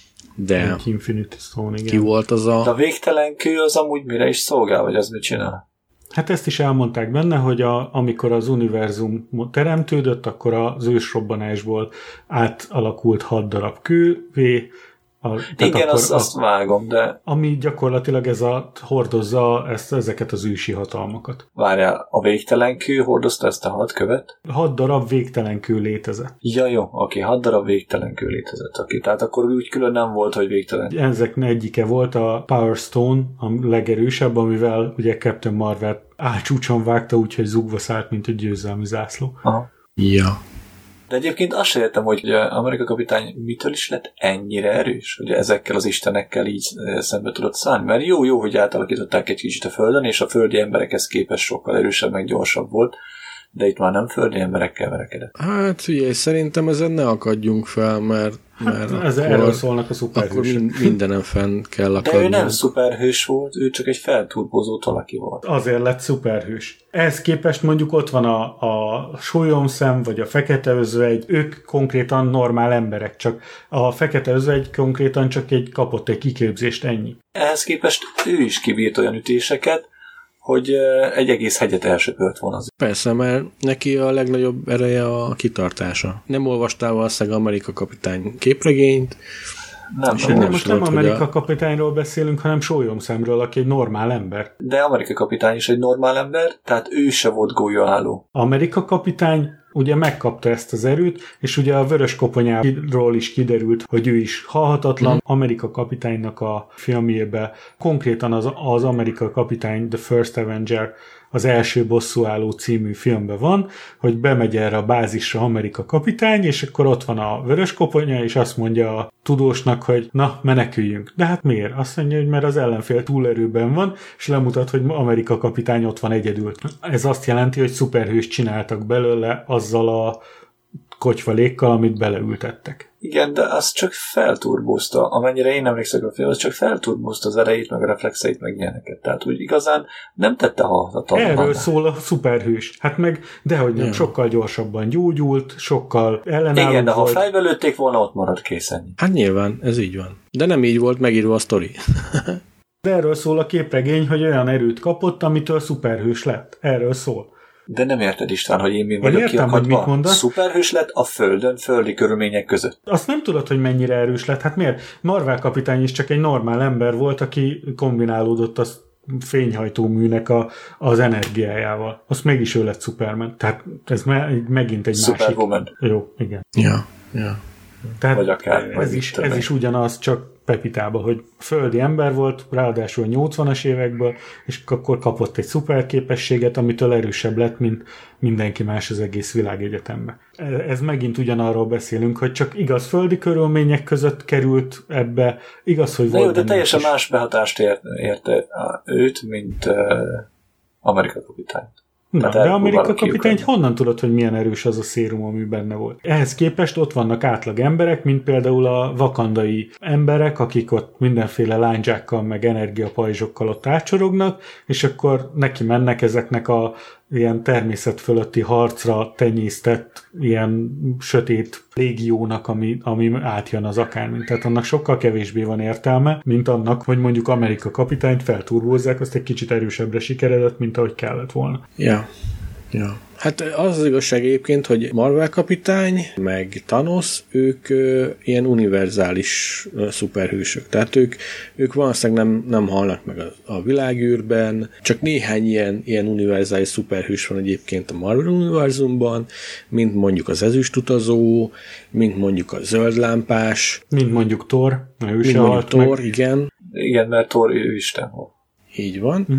de Infinity Stone, igen. Ki volt az a... De a végtelen kő az amúgy mire is szolgál, vagy az mit csinál? Hát ezt is elmondták benne, hogy amikor az univerzum teremtődött, akkor az ősrobbanásból átalakult 6 darab kővé. Igen, azt vágom, de... Ami gyakorlatilag hordozza ezeket az ősi hatalmakat. Várjál, a végtelen kő hordozta ezt a 6 követ? 6 darab végtelen kő létezett. Ja, jó, oké, 6 darab végtelen kő létezett, oké. Tehát akkor úgy külön nem volt, hogy végtelen. Ezek egyike volt a Power Stone, a legerősebb, amivel ugye Captain Marvel álcsúcson vágta, úgyhogy zugva szállt, mint egy győzelmi zászló. Aha. Ja. De egyébként azt sem értem, hogy Amerika kapitány mitől is lett ennyire erős, hogy ezekkel az istenekkel így szembe tudott szállni. Mert jó, hogy átalakították egy kicsit a Földön, és a földi emberekhez képest sokkal erősebb, meg gyorsabb volt, de itt már nem földi emberekkel verekedett. Hát figyelj, szerintem ezen ne akadjunk fel, mert erről szólnak a szuperhősök. Akkor mindenen fenn kell akadni. De ő nem szuperhős volt, ő csak egy felturbózott valaki volt. Azért lett szuperhős. Ehhez képest mondjuk ott van a sólyomszem, vagy a fekete özvegy, ők konkrétan normál emberek, csak a fekete özvegy konkrétan csak kapott egy kiképzést, ennyi. Ehhez képest ő is kibírt olyan ütéseket, hogy egy egész hegyet elsöpört volna. Persze, mert neki a legnagyobb ereje a kitartása. Nem olvastál valószínűleg Amerika kapitány képregényt? Nem, most nem Amerika kapitányról beszélünk, hanem sólyomszemről, aki egy normál ember. De Amerika kapitány is egy normál ember, tehát ő se volt gólyaálló. Amerika kapitány ugye megkapta ezt az erőt, és ugye a vörös koponyáról is kiderült, hogy ő is halhatatlan. Amerika kapitánynak a filmjében konkrétan az Amerika kapitány, The First Avenger, az első bosszúálló című filmben van, hogy bemegy erre a bázisra Amerika kapitány, és akkor ott van a vörös koponya, és azt mondja a tudósnak, hogy na, meneküljünk. De hát miért? Azt mondja, hogy mert az ellenfél túlerőben van, és lemutat, hogy Amerika kapitány ott van egyedül. Ez azt jelenti, hogy szuperhőst csináltak belőle azzal a kocsvalékkal, amit beleültettek. Igen, de az csak felturbózta, amennyire én emlékszek a film, az csak felturbózta az erejét, meg a reflexeit, meg ilyeneket. Tehát úgy igazán nem tette halhatatlan. Erről szól a szuperhős. Hát meg, dehogy nem, sokkal gyorsabban gyógyult, sokkal ellenálló. Igen, de ha fejbe lőtték volna, ott marad készen. Hát nyilván, ez így van. De nem így volt megírva a sztori. De erről szól a képregény, hogy olyan erőt kapott, amitől szuperhős lett. Erről szól. De nem érted, István, hogy én mi vagyok kiakadva? Szuperhős lett a Földön, földi körülmények között. Azt nem tudod, hogy mennyire erős lett. Hát miért? Marvel kapitány is csak egy normál ember volt, aki kombinálódott az fényhajtóműnek az energiájával. Azt mégis ő lett Superman. Tehát ez megint egy Superwoman. másik... Jó, igen. Ja. Tehát vagy akár, ez is ugyanaz, csak Pepitába, hogy földi ember volt, ráadásul a 80-as évekből, és akkor kapott egy szuperképességet, amitől erősebb lett, mint mindenki más az egész világegyetemben. Ez megint ugyanarról beszélünk, hogy csak igaz földi körülmények között került ebbe, igaz, hogy volt... Jó, de teljesen más behatást érte őt, mint Amerika kapitányt. Na, de Amerika kapitány, honnan tudod, hogy milyen erős az a szérum, ami benne volt? Ehhez képest ott vannak átlag emberek, mint például a vakandai emberek, akik ott mindenféle lányzsákkal, meg energiapajzsokkal ott átcsorognak, és akkor neki mennek ezeknek a ilyen természet fölötti harcra tenyésztett ilyen sötét légiónak, ami átjön az akármint. Tehát annak sokkal kevésbé van értelme, mint annak, hogy mondjuk Amerika kapitányt felturbózzák, azt egy kicsit erősebbre sikeredett, mint ahogy kellett volna. Ja. Hát az igazság egyébként, hogy Marvel kapitány, meg Thanos, ők ilyen univerzális szuperhősök. Tehát ők valószínűleg nem halnak meg a világűrben, csak néhány ilyen univerzális szuperhős van egyébként a Marvel univerzumban, mint mondjuk az ezüstutazó, mint mondjuk a zöldlámpás. Mint mondjuk Thor. Ő mint mondjuk Thor, igen. Igen, mert Thor ő Isten volt. Így van.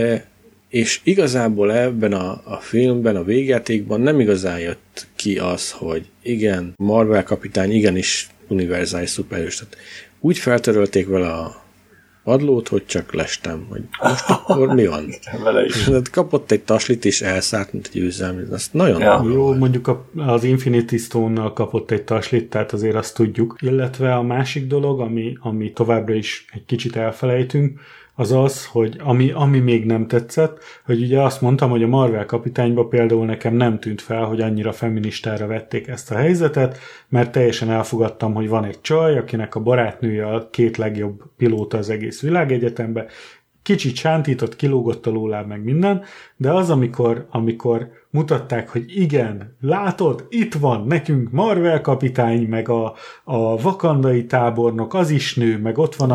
És igazából ebben a filmben, a végjátékban nem igazán jött ki az, hogy igen, Marvel kapitány igenis univerzális szuperhős. Tehát úgy feltörölték vele a padlót, hogy csak lestem, hogy most akkor mi van? Vele is. Kapott egy taslit és elszállt, mint egy őzem. Azt nagyon jó, mondjuk az Infinity Stone-nal kapott egy taslit, tehát azért azt tudjuk. Illetve a másik dolog, ami továbbra is egy kicsit elfelejtünk, az, hogy ami még nem tetszett, hogy ugye azt mondtam, hogy a Marvel kapitányba például nekem nem tűnt fel, hogy annyira feministára vették ezt a helyzetet, mert teljesen elfogadtam, hogy van egy csaj, akinek a barátnője a két legjobb pilóta az egész világegyetemben, kicsit sántított, kilógott a lóláb meg minden, de az, amikor mutatták, hogy igen, látod, itt van nekünk Marvel kapitány, meg a vakandai tábornok, az is nő, meg ott van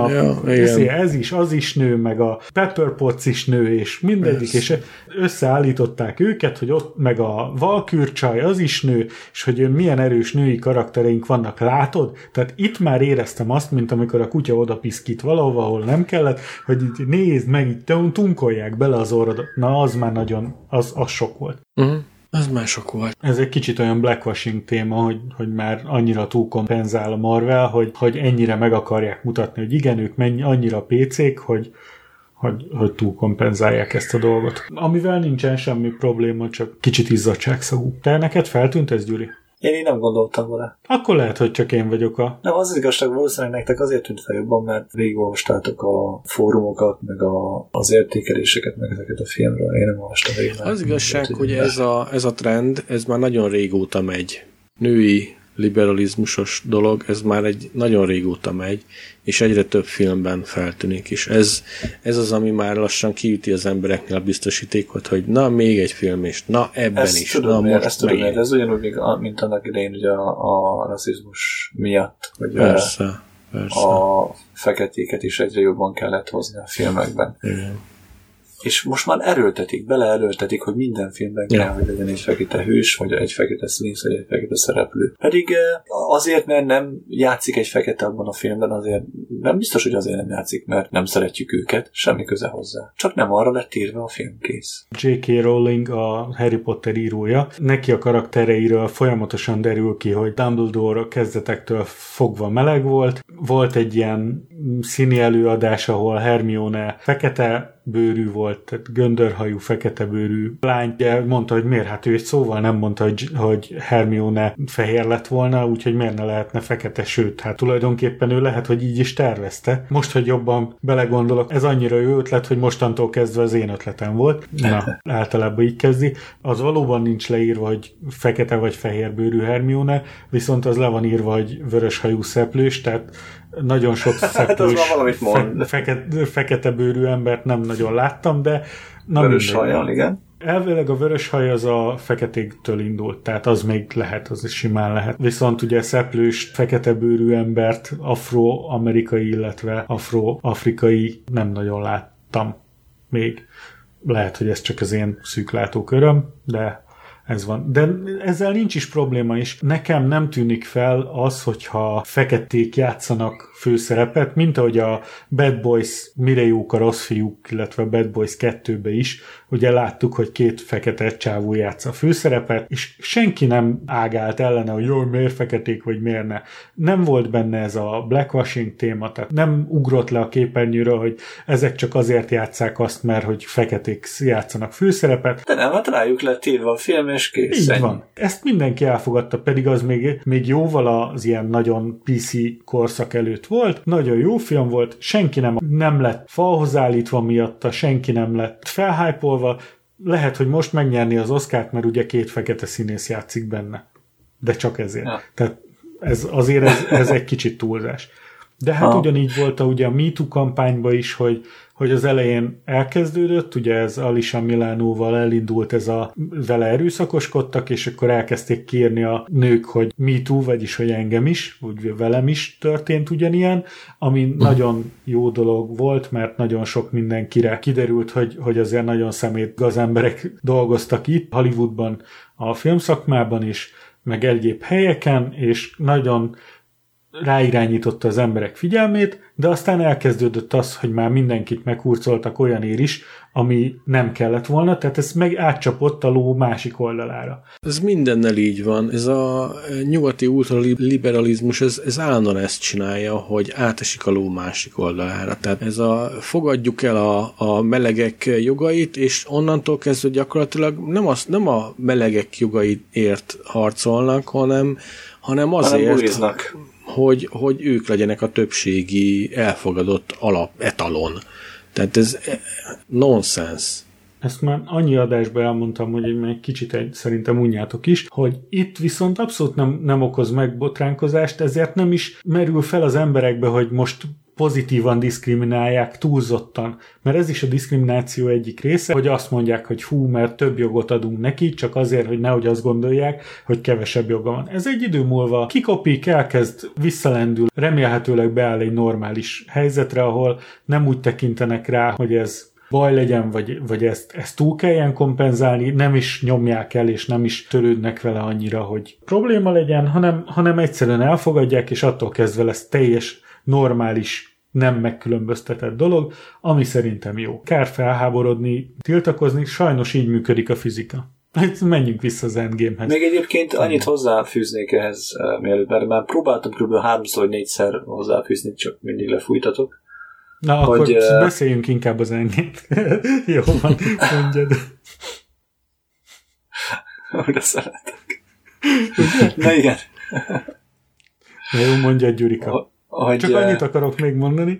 az is nő, meg a Pepper Potts is nő, és mindegyik, és összeállították őket, hogy ott meg a Valkür csaj, az is nő, és hogy milyen erős női karaktereink vannak, látod? Tehát itt már éreztem azt, mint amikor a kutya odapiszkít valahova, ahol nem kellett, hogy így nézd meg, így tunkolják bele az orrod. Na, az már nagyon, az sok volt. Az már sok volt. Ez egy kicsit olyan blackwashing téma, hogy már annyira túlkompenzál a Marvel, hogy ennyire meg akarják mutatni, hogy igen, ők annyira PC-k, hogy túlkompenzálják ezt a dolgot. Amivel nincsen semmi probléma, csak kicsit izzadságszagú. Te neked feltűnt ez, Gyuri? Én nem gondoltam vele. Akkor lehet, hogy csak én vagyok Nem, az igazság, valószínűleg nektek azért tűnt fel jobban, mert végigolvastátok a fórumokat, meg az értékeléseket, meg ezeket a filmről. Én nem olvastam végig. Az igazság, hogy ez a trend, ez már nagyon régóta megy. Női liberalizmusos dolog, ez már egy nagyon régóta megy, és egyre több filmben feltűnik, és ez az, ami már lassan kiüti az embereknél a biztosítékot, hogy na, még egy film, és na, ebben ezt is. Tudom, na, most megint. Ez ugyanúgy, mint annak idején ugye a rasszizmus miatt, hogy persze. A feketéket is egyre jobban kellett hozni a filmekben. Igen. És most már beleerőltetik, hogy minden filmben kell, hogy legyen egy fekete hős, vagy egy fekete színész, vagy egy fekete szereplő. Pedig azért, mert nem játszik egy fekete abban a filmben, azért nem biztos, hogy azért nem játszik, mert nem szeretjük őket, semmi köze hozzá. Csak nem arra lett írva a film, kész. J.K. Rowling, a Harry Potter írója, neki a karaktereiről folyamatosan derül ki, hogy Dumbledore a kezdetektől fogva meleg volt. Volt egy ilyen színi előadás, ahol Hermione fekete bőrű volt, tehát göndörhajú, fekete bőrű lány. Mondta, hogy miért? Hát ő egy szóval nem mondta, hogy Hermione fehér lett volna, úgyhogy miért ne lehetne fekete, sőt, hát tulajdonképpen ő lehet, hogy így is tervezte. Most, hogy jobban belegondolok, ez annyira jó ötlet, hogy mostantól kezdve az én ötletem volt. Na, általában így kezdi. Az valóban nincs leírva, hogy fekete vagy fehér bőrű Hermione, viszont az le van írva, hogy vöröshajú szeplős, tehát nagyon sok szeplős, hát fekete bőrű embert nem nagyon láttam, de vörös hajjal, igen. Elvileg a vöröshaj az a feketéktől indult, tehát az még lehet, az is simán lehet. Viszont ugye szeplős, fekete bőrű embert, afroamerikai, illetve afroafrikai nem nagyon láttam még. Lehet, hogy ez csak az én szűklátóköröm, de ez van. De ezzel nincs is probléma is. Nekem nem tűnik fel az, hogyha feketék játszanak főszerepet, mint ahogy a Bad Boys mire jók a rossz fiúk, illetve a Bad Boys 2-be is, ugye láttuk, hogy 2 fekete csávó játsza a főszerepet, és senki nem ágált ellene, hogy jó, miért feketék, vagy miért ne. Nem volt benne ez a blackwashing téma, tehát nem ugrott le a képernyőről, hogy ezek csak azért játsszák azt, mert hogy feketék játszanak főszerepet. De nem, hát rájuk lett írva a film, és kész. Így van. Ezt mindenki elfogadta, pedig az még jóval az ilyen nagyon PC korszak előtt volt. Nagyon jó film volt, senki nem lett falhoz állítva miatta, senki nem lett felhypolva. Lehet, hogy most megnyerni az Oscart, mert ugye 2 fekete színész játszik benne. De csak ezért. Ja. Tehát ez egy kicsit túlzás. De hát ugyanígy volt ugye a MeToo kampányban is, hogy az elején elkezdődött, ugye ez Alyssa Milanoval elindult, vele erőszakoskodtak, és akkor elkezdték kérni a nők, hogy MeToo, vagyis hogy engem is, úgy velem is történt ugyanilyen, ami nagyon jó dolog volt, mert nagyon sok mindenkire kiderült, hogy azért nagyon szemét gazemberek dolgoztak itt, Hollywoodban, a filmszakmában is, meg egyéb helyeken, és nagyon ráirányította az emberek figyelmét, de aztán elkezdődött az, hogy már mindenkit meghurcoltak olyanért is, ami nem kellett volna, tehát ez meg átcsapott a ló másik oldalára. Ez mindennel így van. Ez a nyugati ultraliberalizmus, ez állandóan ezt csinálja, hogy átesik a ló másik oldalára. Tehát ez fogadjuk el a melegek jogait, és onnantól kezdve gyakorlatilag nem a melegek jogaiért harcolnak, hanem azért, hogy ők legyenek a többségi elfogadott etalon. Tehát ez nonsens. Ezt már annyi adásban elmondtam, hogy egy kicsit szerintem unjátok is, hogy itt viszont abszolút nem okoz megbotránkozást, ezért nem is merül fel az emberekbe, hogy most pozitívan diszkriminálják túlzottan. Mert ez is a diszkrimináció egyik része, hogy azt mondják, hogy mert több jogot adunk neki, csak azért, hogy nehogy azt gondolják, hogy kevesebb joga van. Ez egy idő múlva kikopik, elkezd visszalendül, remélhetőleg beáll egy normális helyzetre, ahol nem úgy tekintenek rá, hogy ez baj legyen, vagy ezt túl kelljen kompenzálni, nem is nyomják el, és nem is törődnek vele annyira, hogy probléma legyen, hanem egyszerűen elfogadják, és attól kezdve lesz teljes normális, nem megkülönböztetett dolog, ami szerintem jó. Kár felháborodni, tiltakozni, sajnos így működik a fizika. Menjünk vissza az Endgamehez. Még egyébként annyit hozzáfűznék ehhez, mert már próbáltam kb. 3-4-szer hozzáfűzni, csak mindig lefújtatok. Na, akkor beszéljünk inkább az Endgame-t. Jó van, mondjad. De szeretek. Na igen. Jó, mondjad, Gyurika. Csak annyit akarok még mondani.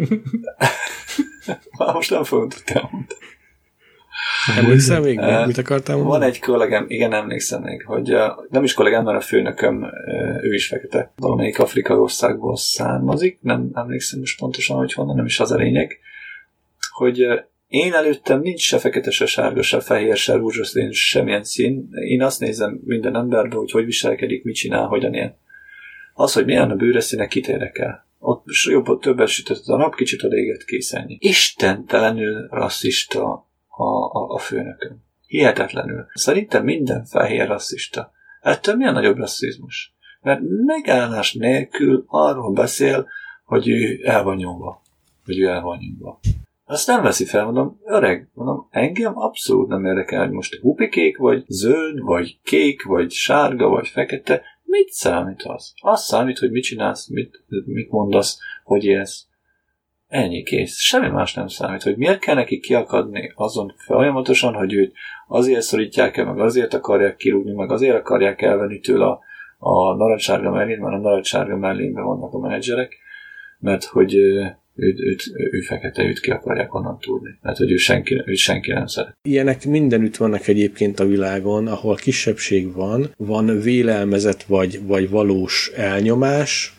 Most nem fogom tudni elmondani. Emlékszel még? Mit akartál mondani? Van egy kollégám, igen, emlékszem még, hogy nem is kollégám, mert a főnököm, ő is fekete. Valamelyik afrikai országból származik, nem emlékszem most pontosan, hogy honnan, nem is az a lényeg, hogy én előttem nincs se fekete, se sárga, se fehér, se rózsaszín, semmilyen szín. Én azt nézem minden emberbe, hogy viselkedik, mit csinál, hogyan él. Az, hogy milyen a bőre színe, kit érdekel. Ott jobb, többet sütött a nap, kicsit a éget, kész, ennyi. Istentelenül rasszista a főnököm. Hihetetlenül. Szerintem minden fehér rasszista. Ettől milyen nagyobb rasszizmus? Mert megállás nélkül arról beszél, hogy ő el van nyomva. Hogy ő el van nyomva. Azt nem veszi fel, mondom, öreg, engem abszolút nem érdekel, hogy most hupikék, vagy zöld, vagy kék, vagy sárga, vagy fekete. Mit számít az? Az számít, hogy mit csinálsz, mit mondasz, hogy élsz. Ennyi, kész. Semmi más nem számít, hogy miért kell neki kiakadni azon folyamatosan, hogy őt azért szorítják el, meg azért akarják kirúgni, meg azért akarják elvenni tőle a narancssárga mellén, mert a narancssárga mellényben vannak a menedzserek, mert hogy ő fekete, őt ki akarják onnan túrni. Mert hogy őt senki nem szeret. Ilyenek mindenütt vannak egyébként a világon, ahol kisebbség van vélelmezett vagy valós elnyomás,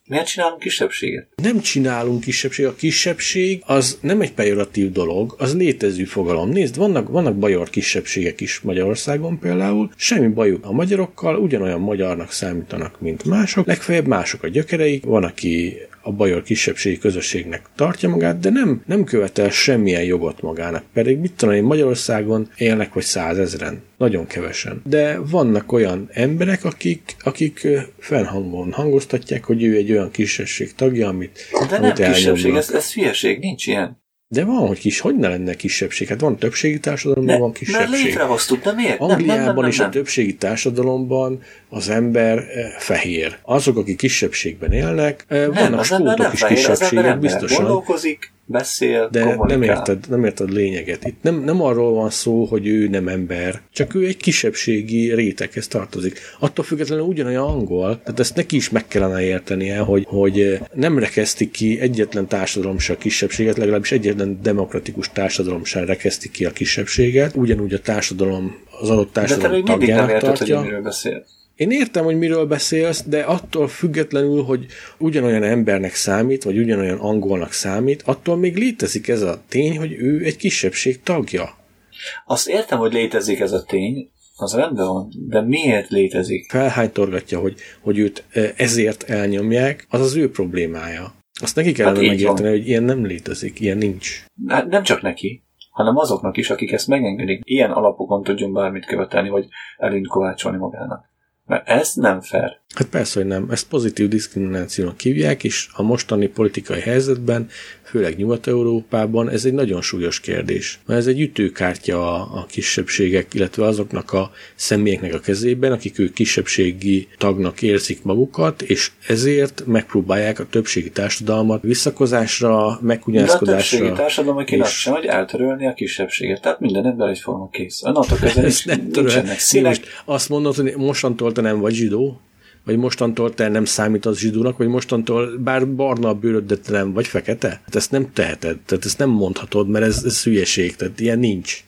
Miért csinálunk kisebbséget? Nem csinálunk kisebbséget. A kisebbség az nem egy pejoratív dolog, az létező fogalom. Nézd, vannak bajor kisebbségek is Magyarországon például, semmi bajuk a magyarokkal, ugyanolyan magyarnak számítanak, mint mások, legfeljebb mások a gyökereik, van, aki a bajor kisebbségi közösségnek tartja magát, de nem követel semmilyen jogot magának. Pedig mit tudom én, Magyarországon élnek vagy 100 000, nagyon kevesen. De vannak olyan emberek, akik fennhangon hangoztatják, hogy ő egy olyan kisebbség tagja, amit de nem kisebbség, ez hülyeség, nincs ilyen. De van, hogy ne lenne kisebbség. Hát van többségi társadalomban, van kisebbség. Mert létrehoztuk, de miért? Angliában is a többségi társadalomban az ember fehér. Azok, akik kisebbségben élnek, vannak skótok is kisebbségek, biztosan. Gondolkozik, beszél, de kommunikál. nem érted lényeget. Itt nem arról van szó, hogy ő nem ember, csak ő egy kisebbségi réteghez tartozik. Attól függetlenül ugyanolyan angol, tehát ezt neki is meg kellene értenie, hogy nem rekesztik ki egyetlen társadalom se a kisebbséget, legalábbis egyetlen demokratikus társadalom sem rekesztik ki a kisebbséget, ugyanúgy a társadalom, az adott társadalom tagjának tartja. De te még mindig nem érted, hogy miről beszél. Én értem, hogy miről beszélsz, de attól függetlenül, hogy ugyanolyan embernek számít, vagy ugyanolyan angolnak számít, attól még létezik ez a tény, hogy ő egy kisebbség tagja. Azt értem, hogy létezik ez a tény, az rendben van, de miért létezik? Felhánytorgatja, hogy őt ezért elnyomják, az az ő problémája. Azt neki kellene megérteni, hogy ilyen nem létezik, ilyen nincs. Nem csak neki, hanem azoknak is, akik ezt megengedik. Ilyen alapokon tudjon bármit követelni, vagy előnyt kovácsolni magának. Mert ez nem fair. Hát persze, hogy nem. Ezt pozitív diszkriminációnak hívják, és a mostani politikai helyzetben, főleg Nyugat-Európában ez egy nagyon súlyos kérdés. Mert ez egy ütőkártya a kisebbségek, illetve azoknak a személyeknek a kezében, akik ők kisebbségi tagnak érzik magukat, és ezért megpróbálják a többségi társadalmat visszakozásra, megkunyászkodásra. De a többségi társadalom kínálatja, hogy eltörölni a kisebbséget. Tehát minden ember egyforma kész. Annak nincsenek színek. Azt mondod, hogy mostantól te nem vagy zsidó, vagy mostantól te nem számítasz zsidónak, vagy mostantól bár barna a bőröd, de te nem vagy fekete? Hát ezt nem teheted, tehát ezt nem mondhatod, mert ez hülyeség, tehát ilyen nincs.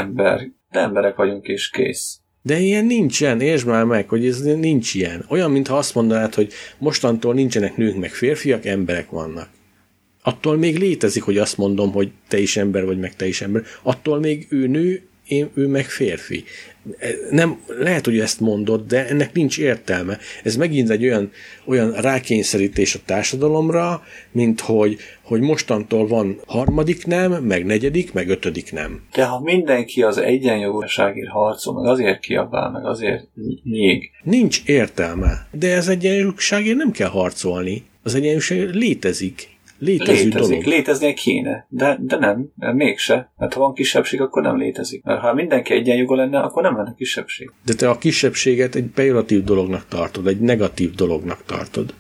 De emberek vagyunk és kész. De ilyen nincsen, értsd már meg, hogy ez nincs ilyen. Olyan, mintha azt mondanád, hogy mostantól nincsenek nők meg férfiak, emberek vannak. Attól még létezik, hogy azt mondom, hogy te is ember vagy, meg te is ember. Attól még ő nő, ő meg férfi. Nem, lehet, hogy ezt mondod, de ennek nincs értelme. Ez megint egy olyan rákényszerítés a társadalomra, mint hogy mostantól van harmadik nem, meg negyedik, meg ötödik nem. De ha mindenki az egyenjogúságért harcol, meg azért kiabál, meg azért nyíg. Nincs értelme. De az egyenjogúságért nem kell harcolni. Az egyenjogúság létezik. Léteznie kéne, de nem, mégse. Mert ha van kisebbség, akkor nem létezik. Mert ha mindenki egyenjogú lenne, akkor nem lenne kisebbség. De te a kisebbséget egy pejoratív dolognak tartod, egy negatív dolognak tartod.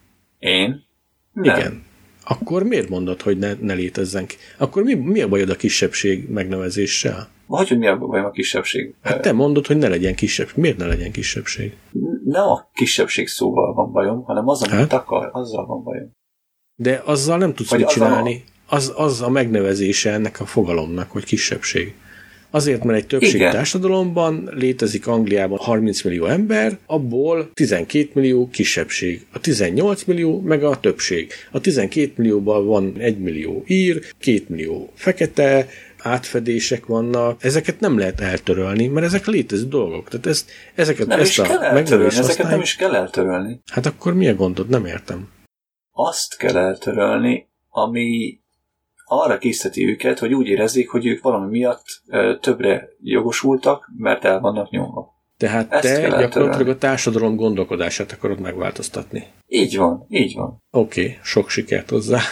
Én? Nem. Igen. Akkor miért mondod, hogy ne létezzen ki? Akkor mi a bajod a kisebbség megnevezéssel? Hogy mi a bajom a kisebbség? Hát te mondod, hogy ne legyen kisebbség. Miért ne legyen kisebbség? Nem a kisebbség szóval van bajom, hanem az, amit akar, azzal van bajom. De azzal nem tudsz mit csinálni. Az a megnevezése ennek a fogalomnak, hogy kisebbség. Azért, mert egy többségi társadalomban létezik Angliában 30 millió ember, abból 12 millió kisebbség. A 18 millió meg a többség. A 12 millióban van 1 millió ír, 2 millió fekete, átfedések vannak. Ezeket nem lehet eltörölni, mert ezek létező dolgok. Tehát ezeket nem is kell eltörölni. Hát akkor mi a gondod? Nem értem. Azt kell eltörölni, ami arra készíteti őket, hogy úgy érezzék, hogy ők valami miatt többre jogosultak, mert el vannak nyomva. Tehát ezt te gyakorlatilag a társadalom gondolkodását akarod megváltoztatni. Így van. Oké, sok sikert hozzá.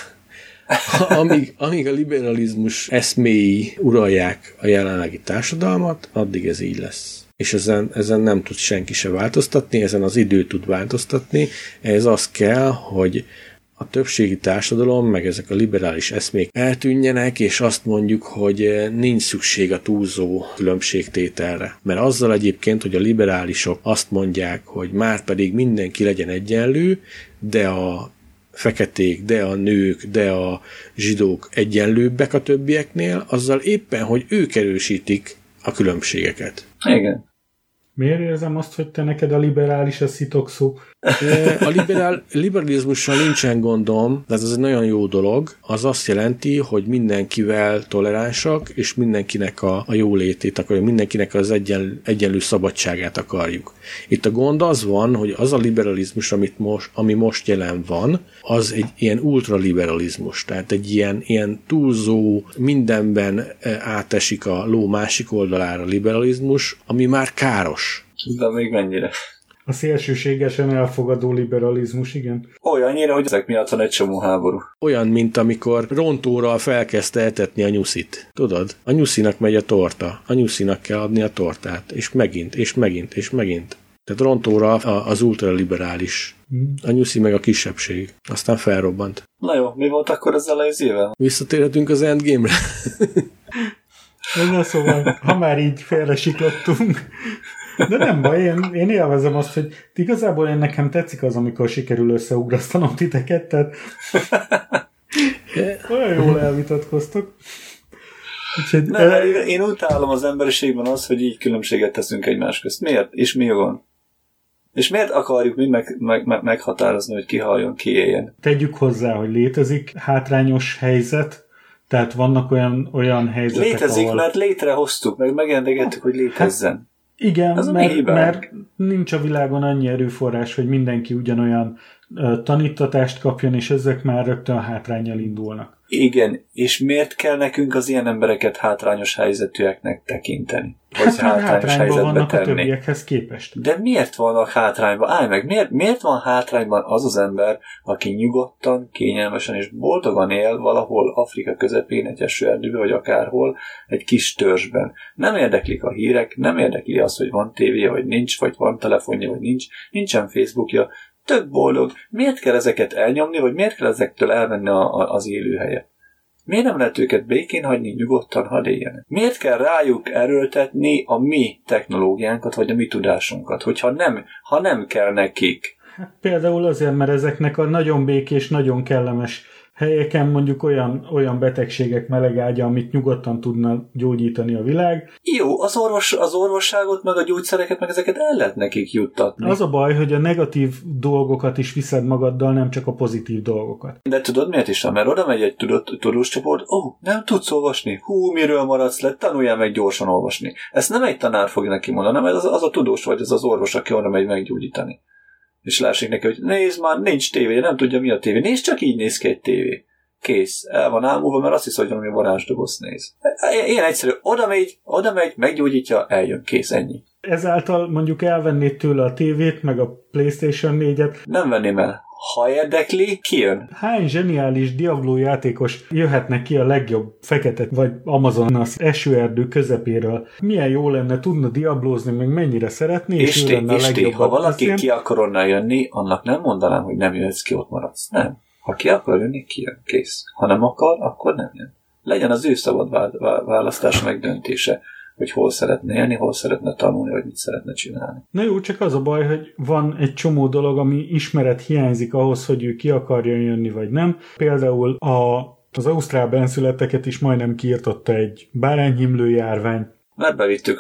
Amíg a liberalizmus eszméi uralják a jelenlegi társadalmat, addig ez így lesz. És ezen nem tud senki se változtatni, ezen az idő tud változtatni. Ez az kell, hogy a többségi társadalom, meg ezek a liberális eszmék eltűnjenek, és azt mondjuk, hogy nincs szükség a túlzó különbségtételre. Mert azzal egyébként, hogy a liberálisok azt mondják, hogy már pedig mindenki legyen egyenlő, de a feketék, de a nők, de a zsidók egyenlőbbek a többieknél, azzal éppen, hogy ők erősítik a különbségeket. Igen. Miért érzem azt, hogy te neked a liberális a szitokszó? A liberalizmussal nincsen gondom, de ez egy nagyon jó dolog. Az azt jelenti, hogy mindenkivel toleránsak, és mindenkinek a jólétét akarjuk, mindenkinek az egyenlő szabadságát akarjuk. Itt a gond az van, hogy az a liberalizmus, ami most jelen van, az egy ilyen ultraliberalizmus, tehát egy ilyen túlzó, mindenben átesik a ló másik oldalára liberalizmus, ami már káros. De még mennyire? A szélsőségesen elfogadó liberalizmus, igen. Olyannyira, hogy ezek miatt van egy csomó háború. Olyan, mint amikor rontóral felkezdte etetni a nyuszit. Tudod? A nyuszinak megy a torta. A nyuszinak kell adni a tortát. És megint, és megint, és megint. Tehát rontóra az ultraliberális. A nyuszi meg a kisebbség. Aztán felrobbant. Na jó, mi volt akkor az előzővel? Visszatérhetünk az Endgame-re. Na szóval, ha már így félresiklottunk. De nem baj, én élvezem azt, hogy igazából nekem tetszik az, amikor sikerül összeugrasztanom titeket, tehát olyan jól elvitatkoztok. Úgyhogy, én utálom az emberiségben az, hogy így különbséget teszünk egymás közt. Miért? És mi van? És miért akarjuk mi meghatározni, hogy ki halljon, ki éljen? Tegyük hozzá, hogy létezik hátrányos helyzet, tehát vannak olyan helyzetek, létezik, ahol... mert létrehoztuk, meg megendegettük, hogy létezzen. Hát, igen, mert nincs a világon annyi erőforrás, hogy mindenki ugyanolyan tanítatást kapjon, és ezek már rögtön hátránnyal indulnak. Igen, és miért kell nekünk az ilyen embereket hátrányos helyzetűeknek tekinteni? Vagy hátrányos helyzetbe vannak tenni? A többiekhez képest. De miért vannak hátrányban? Állj meg, miért van hátrányban az ember, aki nyugodtan, kényelmesen és boldogan él valahol Afrika közepén, egy esőerdőben, vagy akárhol, egy kis törzsben? Nem érdeklik a hírek, nem érdekli az, hogy van tévéje, vagy nincs, vagy van telefonja, vagy nincs, nincsen Facebookja, tök boldog. Miért kell ezeket elnyomni, vagy miért kell ezektől elvenni az élőhelyet? Miért nem lehet őket békén hagyni, nyugodtan, hadd éljenek? Miért kell rájuk erőltetni a mi technológiánkat, vagy a mi tudásunkat, hogyha nem kell nekik? Hát például azért, mert ezeknek a nagyon békés, nagyon kellemes helyeken mondjuk olyan betegségek melegágya, amit nyugodtan tudna gyógyítani a világ. Jó, az orvosságot, meg a gyógyszereket, meg ezeket el lehet nekik juttatni. Az a baj, hogy a negatív dolgokat is viszed magaddal, nem csak a pozitív dolgokat. De tudod miért is? Mert oda megy egy tudós csoport, nem tudsz olvasni, miről maradsz le, tanuljál meg gyorsan olvasni. Ezt nem egy tanár fogja neki mondani, hanem az a tudós vagy az orvos, aki oda megy meggyógyítani. És lássik neki, hogy nézd már, nincs tévé, nem tudja mi a tévé. Nézd, csak így néz ki egy tévé. Kész. El van ámulva, mert azt hisz, hogy valami varázsdobozt néz. Ilyen egyszerű. Oda megy, meggyógyítja, eljön. Kész, ennyi. Ezáltal mondjuk elvennéd tőle a tévét, meg a PlayStation 4-et. Nem venném el. Ha érdekli, kijön. Hány zseniális Diablo játékos jöhetne ki a legjobb fekete vagy Amazonas esőerdő közepéről? Milyen jó lenne tudna diablózni, meg mennyire szeretné, és ő lenne a legjobb. Ha valaki ki akar onnan jönni, annak nem mondanám, hogy nem jöhetsz ki, ott maradsz. Nem. Ha ki akar jönni, kijön. Kész. Ha nem akar, akkor nem jön. Legyen az ő szabad választás megdöntése, hogy hol szeretne élni, hol szeretne tanulni, vagy mit szeretne csinálni. Na jó, csak az a baj, hogy van egy csomó dolog, ami ismeret hiányzik ahhoz, hogy ő ki akarjon jönni, vagy nem. Például az ausztrál benszületeket is majdnem kiirtotta egy bárányhimlő járvány. Mert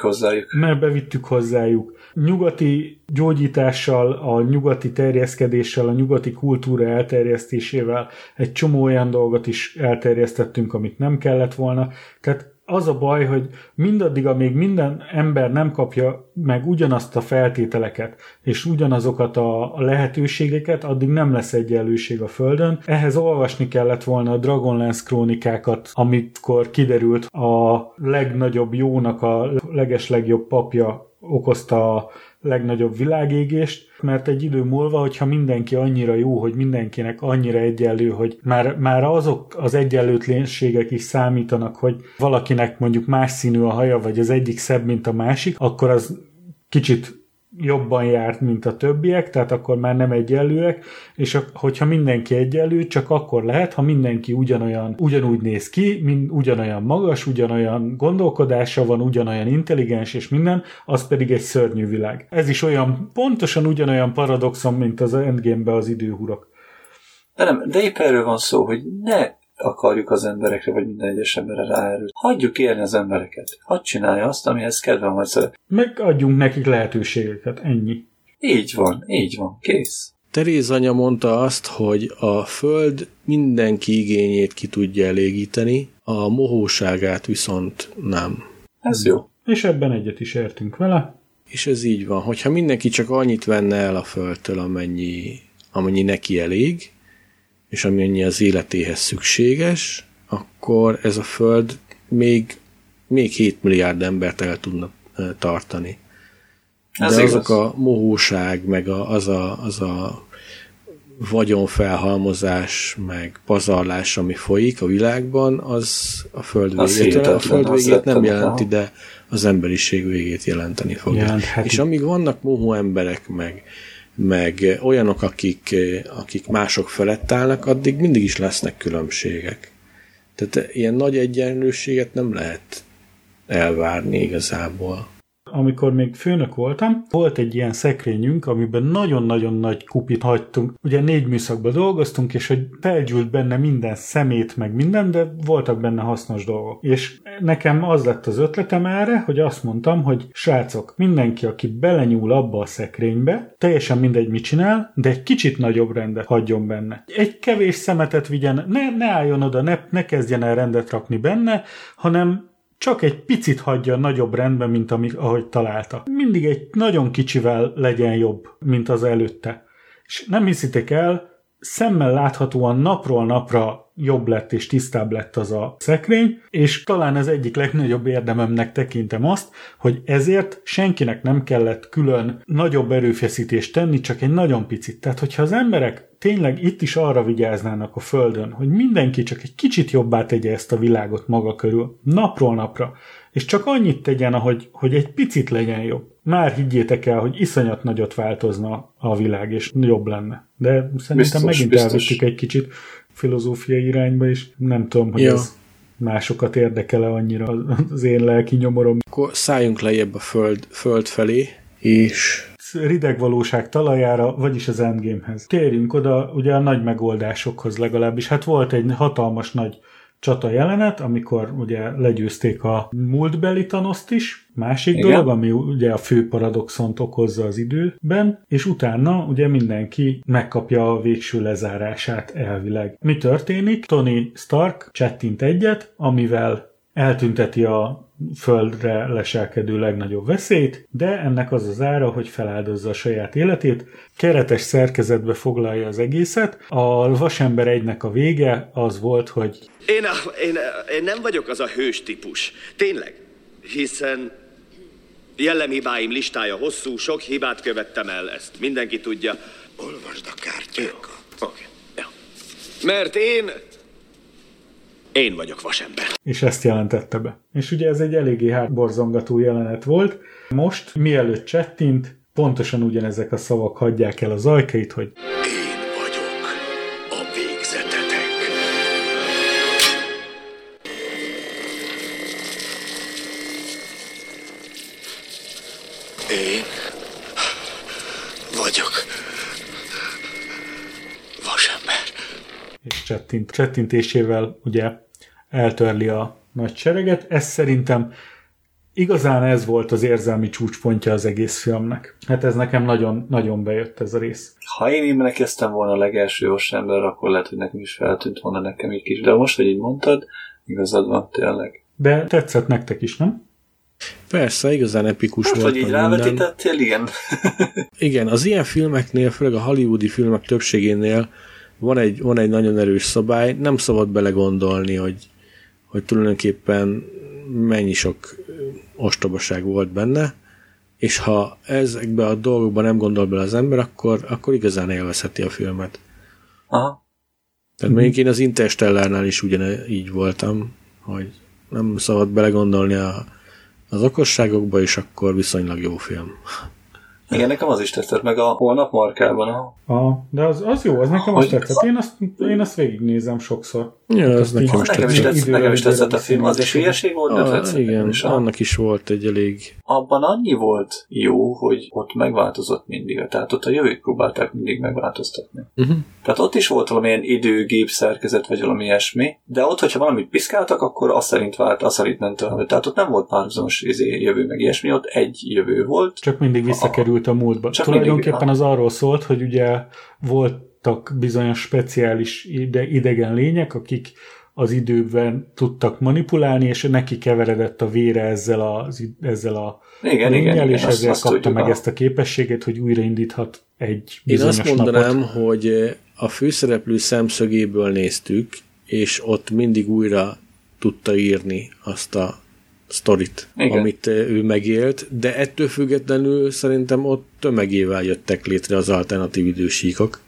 bevittük hozzájuk. Nyugati gyógyítással, a nyugati terjeszkedéssel, a nyugati kultúra elterjesztésével egy csomó olyan dolgot is elterjesztettünk, amit nem kellett volna. Tehát az a baj, hogy mindaddig, amíg minden ember nem kapja meg ugyanazt a feltételeket, és ugyanazokat a lehetőségeket, addig nem lesz egyenlőség a Földön. Ehhez olvasni kellett volna a Dragonlance krónikákat, amikor kiderült a legnagyobb jónak a legeslegjobb papja okozta a legnagyobb világégést, mert egy idő múlva, hogyha mindenki annyira jó, hogy mindenkinek annyira egyenlő, hogy már azok az egyenlőtlenségek is számítanak, hogy valakinek mondjuk más színű a haja, vagy az egyik szebb, mint a másik, akkor az kicsit jobban járt, mint a többiek, tehát akkor már nem egyenlőek, és hogyha mindenki egyenlő, csak akkor lehet, ha mindenki ugyanúgy néz ki, ugyanolyan magas, ugyanolyan gondolkodása van, ugyanolyan intelligens és minden, az pedig egy szörnyű világ. Ez is pontosan ugyanolyan paradoxon, mint az Endgame-ben az időhurok. De épp erről van szó, hogy akarjuk az emberekre, vagy minden egyes emberre ráerőt. Hagyjuk élni az embereket. Hadd csinálja azt, amihez kedvem vagy szeret. Megadjunk nekik lehetőségeket, ennyi. Így van, kész. Teréz anya mondta azt, hogy a Föld mindenki igényét ki tudja elégíteni, a mohóságát viszont nem. Ez jó. És ebben egyet is értünk vele. És ez így van, hogyha mindenki csak annyit venne el a Földtől, amennyi neki elég, és amennyi az életéhez szükséges, akkor ez a Föld még 7 milliárd embert el tudna tartani. De azok a mohóság, meg az a vagyonfelhalmozás, meg pazarlás, ami folyik a világban, az a Föld végét. A Föld végét nem jelenti, de az emberiség végét jelenteni fogja. És amíg vannak mohó emberek, meg olyanok, akik mások felett állnak, addig mindig is lesznek különbségek. Tehát ilyen nagy egyenlőséget nem lehet elvárni igazából. Amikor még főnök voltam, volt egy ilyen szekrényünk, amiben nagyon-nagyon nagy kupit hagytunk. Ugye 4 műszakban dolgoztunk, és hogy felgyűlt benne minden szemét, meg minden, de voltak benne hasznos dolgok. És nekem az lett az ötletem erre, hogy azt mondtam, hogy srácok, mindenki, aki belenyúl abba a szekrénybe, teljesen mindegy, mit csinál, de egy kicsit nagyobb rendet hagyjon benne. Egy kevés szemetet vigyen, ne álljon oda, ne kezdjen el rendet rakni benne, hanem csak egy picit hagyja nagyobb rendben, mint ahogy találta. Mindig egy nagyon kicsivel legyen jobb, mint az előtte. És nem hiszitek el, szemmel láthatóan napról napra jobb lett és tisztább lett az a szekrény, és talán az egyik legnagyobb érdememnek tekintem azt, hogy ezért senkinek nem kellett külön nagyobb erőfeszítést tenni, csak egy nagyon picit. Tehát, hogyha az emberek tényleg itt is arra vigyáznának a Földön, hogy mindenki csak egy kicsit jobbá tegye ezt a világot maga körül, napról napra, és csak annyit tegyen, hogy egy picit legyen jobb. Már higgyétek el, hogy iszonyat nagyot változna a világ, és jobb lenne. De szerintem megint elvettük egy kicsit filozófiai irányba, és nem tudom, hogy ez másokat érdekel-e annyira az én lelki nyomorom. Akkor szálljunk lejjebb a föld felé, és rideg valóság talajára, vagyis az Endgamehez. Térjünk oda ugye a nagy megoldásokhoz legalábbis. Hát volt egy hatalmas nagy csata jelenet, amikor ugye legyőzték a múltbeli Thanost is, másik dolog, ami ugye a fő paradoxont okozza az időben, és utána ugye mindenki megkapja a végső lezárását elvileg. Mi történik? Tony Stark csettint egyet, amivel eltünteti a Földre leselkedő legnagyobb veszélyt, de ennek az az ára, hogy feláldozza a saját életét, keretes szerkezetbe foglalja az egészet. A Vasember 1-nek a vége az volt, hogy én nem vagyok az a hős típus. Tényleg. Hiszen jellemhibáim listája hosszú, sok hibát követtem el, ezt mindenki tudja. Olvasd a kártyákat. Okay. Ja. Mert én vagyok Vasember. És ezt jelentette be. És ugye ez egy eléggé hátborzongató jelenet volt. Most, mielőtt csettint, pontosan ugyanezek a szavak hagyják el az ajkait, hogy én vagyok a végzetetek. Én vagyok Vasember. És csettintésével ugye eltörli a nagy sereget. Ez szerintem igazán ez volt az érzelmi csúcspontja az egész filmnek. Hát ez nekem nagyon, nagyon bejött ez a rész. Ha én emlékeztem volna a legelső Vasember, akkor lehet, hogy nekem is feltűnt volna nekem egy kis. De most, hogy így mondtad, igazad van tényleg. De tetszett nektek is, nem? Persze, igazán epikus volt. Hogy így rávetítettél, igen. Igen, az ilyen filmeknél, főleg a hollywoodi filmek többségénél van egy nagyon erős szabály, nem szabad belegondolni, hogy tulajdonképpen mennyi sok ostobaság volt benne, és ha ezekbe a dolgokban nem gondol bele az ember, akkor igazán élvezheti a filmet. Aha. Tehát mondjuk én az Interstellárnál is ugyanígy voltam, hogy nem szabad belegondolni az okosságokba, és akkor viszonylag jó film. Igen, nekem az is tetszett, meg a Holnap markában. De az jó, az nekem azt tetszett. Én azt végignézem sokszor. Ja, ez nekem is tetszett a film, az is hülyeség volt, de tetszett. Igen, annak is volt egy elég... Abban annyi volt jó, hogy ott megváltozott mindig, tehát ott a jövőt próbálták mindig megváltoztatni. Tehát ott is volt valamilyen időgép szerkezet, vagy valami ilyesmi, de ott, hogyha valamit piszkáltak, akkor azt szerint vált, azt szerint nem tovább. Tehát ott nem volt párhuzamos jövő, meg ilyesmi, ott egy jövő volt. Csak mindig visszakerült a múltba. Tulajdonképpen az arról szólt, hogy ugye voltak bizonyos speciális idegen lények, akik az időben tudtak manipulálni, és neki keveredett a vére ezzel a lényel, és ezért kapta meg ezt a képességet, hogy újraindíthat egy bizonyos napot. Én azt mondanám, hogy a főszereplő szemszögéből néztük, és ott mindig újra tudta írni azt a sztorit, amit ő megélt, de ettől függetlenül szerintem ott tömegével jöttek létre az alternatív idősíkok.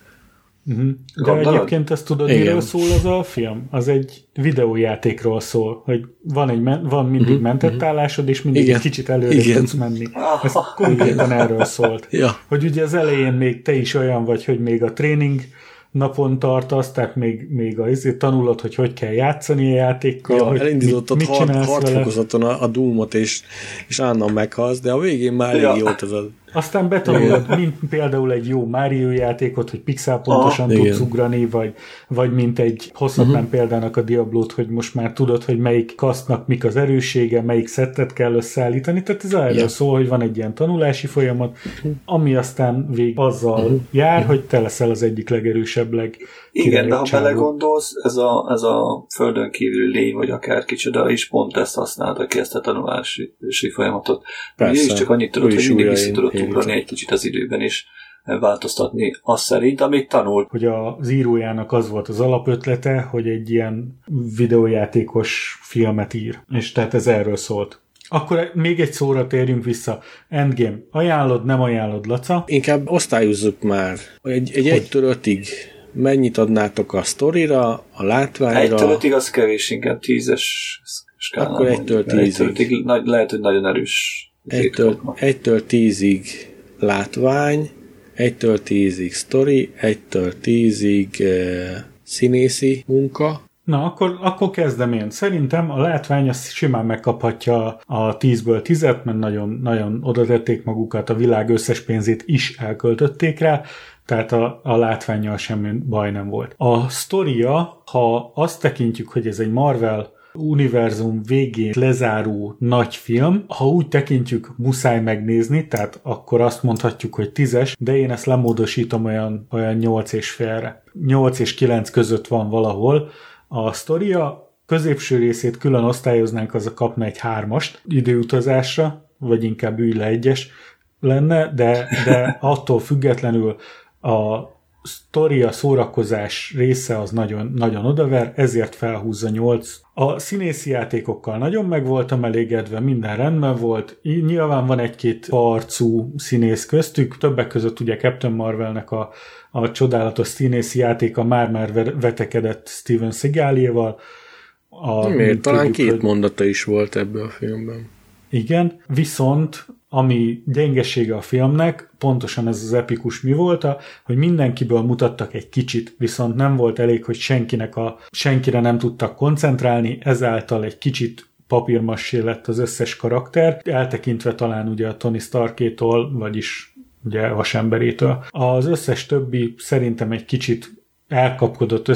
De egyébként ezt tudod, miről szól az a film? Az egy videójátékról szól, hogy van mindig mentett állásod, és mindig egy kicsit előre tudsz menni. Ez konkrétan erről szólt. Hogy ugye az elején még te is olyan vagy, hogy még a tréning napon tartasz, tehát még azért tanulod, hogy kell játszani a játékkal, hogy elindítottad hardfokozaton a Doom-ot, és állandóan meghalsz, de a végén már elég jót az. Aztán betanulod, mint például egy jó Mario játékot, hogy pixelpontosan tudsz ugrani, vagy mint egy hosszabban példának a Diablót, hogy most már tudod, hogy melyik kasztnak mik az erőssége, melyik szettet kell összeállítani. Tehát ez erről szól, hogy van egy ilyen tanulási folyamat, ami aztán azzal jár, hogy te leszel az egyik legerősebb, igen, de ha belegondolsz, ez a földön kívül lény, vagy akár kicsoda is pont ezt használta ki, ezt a tanulási folyamatot. Persze, is csak annyit tudod, hogy mindig vissza tudod ugrani egy kicsit az időben, és változtatni azt szerint, amit tanult. Hogy az írójának az volt az alapötlete, hogy egy ilyen videójátékos filmet ír. És tehát ez erről szólt. Akkor még egy szóra térjünk vissza. Endgame. Ajánlod, nem ajánlod, Laca? Inkább osztályozzuk már. Egy 1-től 5-ig mennyit adnátok a sztorira, a látványra? 1-től 5-ig az kevés, inkább 10-es skálán. Akkor 1-től 10-ig. Lehet, hogy nagyon erős. 1-től 10-ig látvány, 1-től 10-ig sztori, 1-től 10-ig színészi munka. Na, akkor kezdem én. Szerintem a látvány azt simán megkaphatja a 10-ből 10-et, mert nagyon, nagyon odatették magukat, a világ összes pénzét is elköltötték rá, tehát a látvánnyal semmi baj nem volt. A sztoria, ha azt tekintjük, hogy ez egy Marvel univerzum végén lezáró nagy film, ha úgy tekintjük, muszáj megnézni, tehát akkor azt mondhatjuk, hogy 10-es, de én ezt lemódosítom olyan 8,5-re. 8 és 9 között van valahol. A sztoria középső részét külön osztályoznánk, az a kapna egy 3-ast időutazásra, vagy inkább ülj le 1-es lenne, de attól függetlenül a sztoria szórakozás része az nagyon, nagyon odaver, ezért felhúzza 8. A színészi játékokkal nagyon meg voltam elégedve, minden rendben volt. Nyilván van egy-két arcú színész köztük, többek között ugye Captain Marvelnek a csodálatos színészi játéka már vetekedett Steven Seagal-jéval. Miért? Talán 2 mondata is volt ebből a filmben. Igen, viszont ami gyengesége a filmnek, pontosan ez az epikus mi volt, hogy mindenkiből mutattak egy kicsit, viszont nem volt elég, hogy senkire nem tudtak koncentrálni, ezáltal egy kicsit papírmassé lett az összes karakter, eltekintve talán ugye a Tony Starkétól, vagyis ugye vasemberétől. Az összes többi szerintem egy kicsit elkapkodott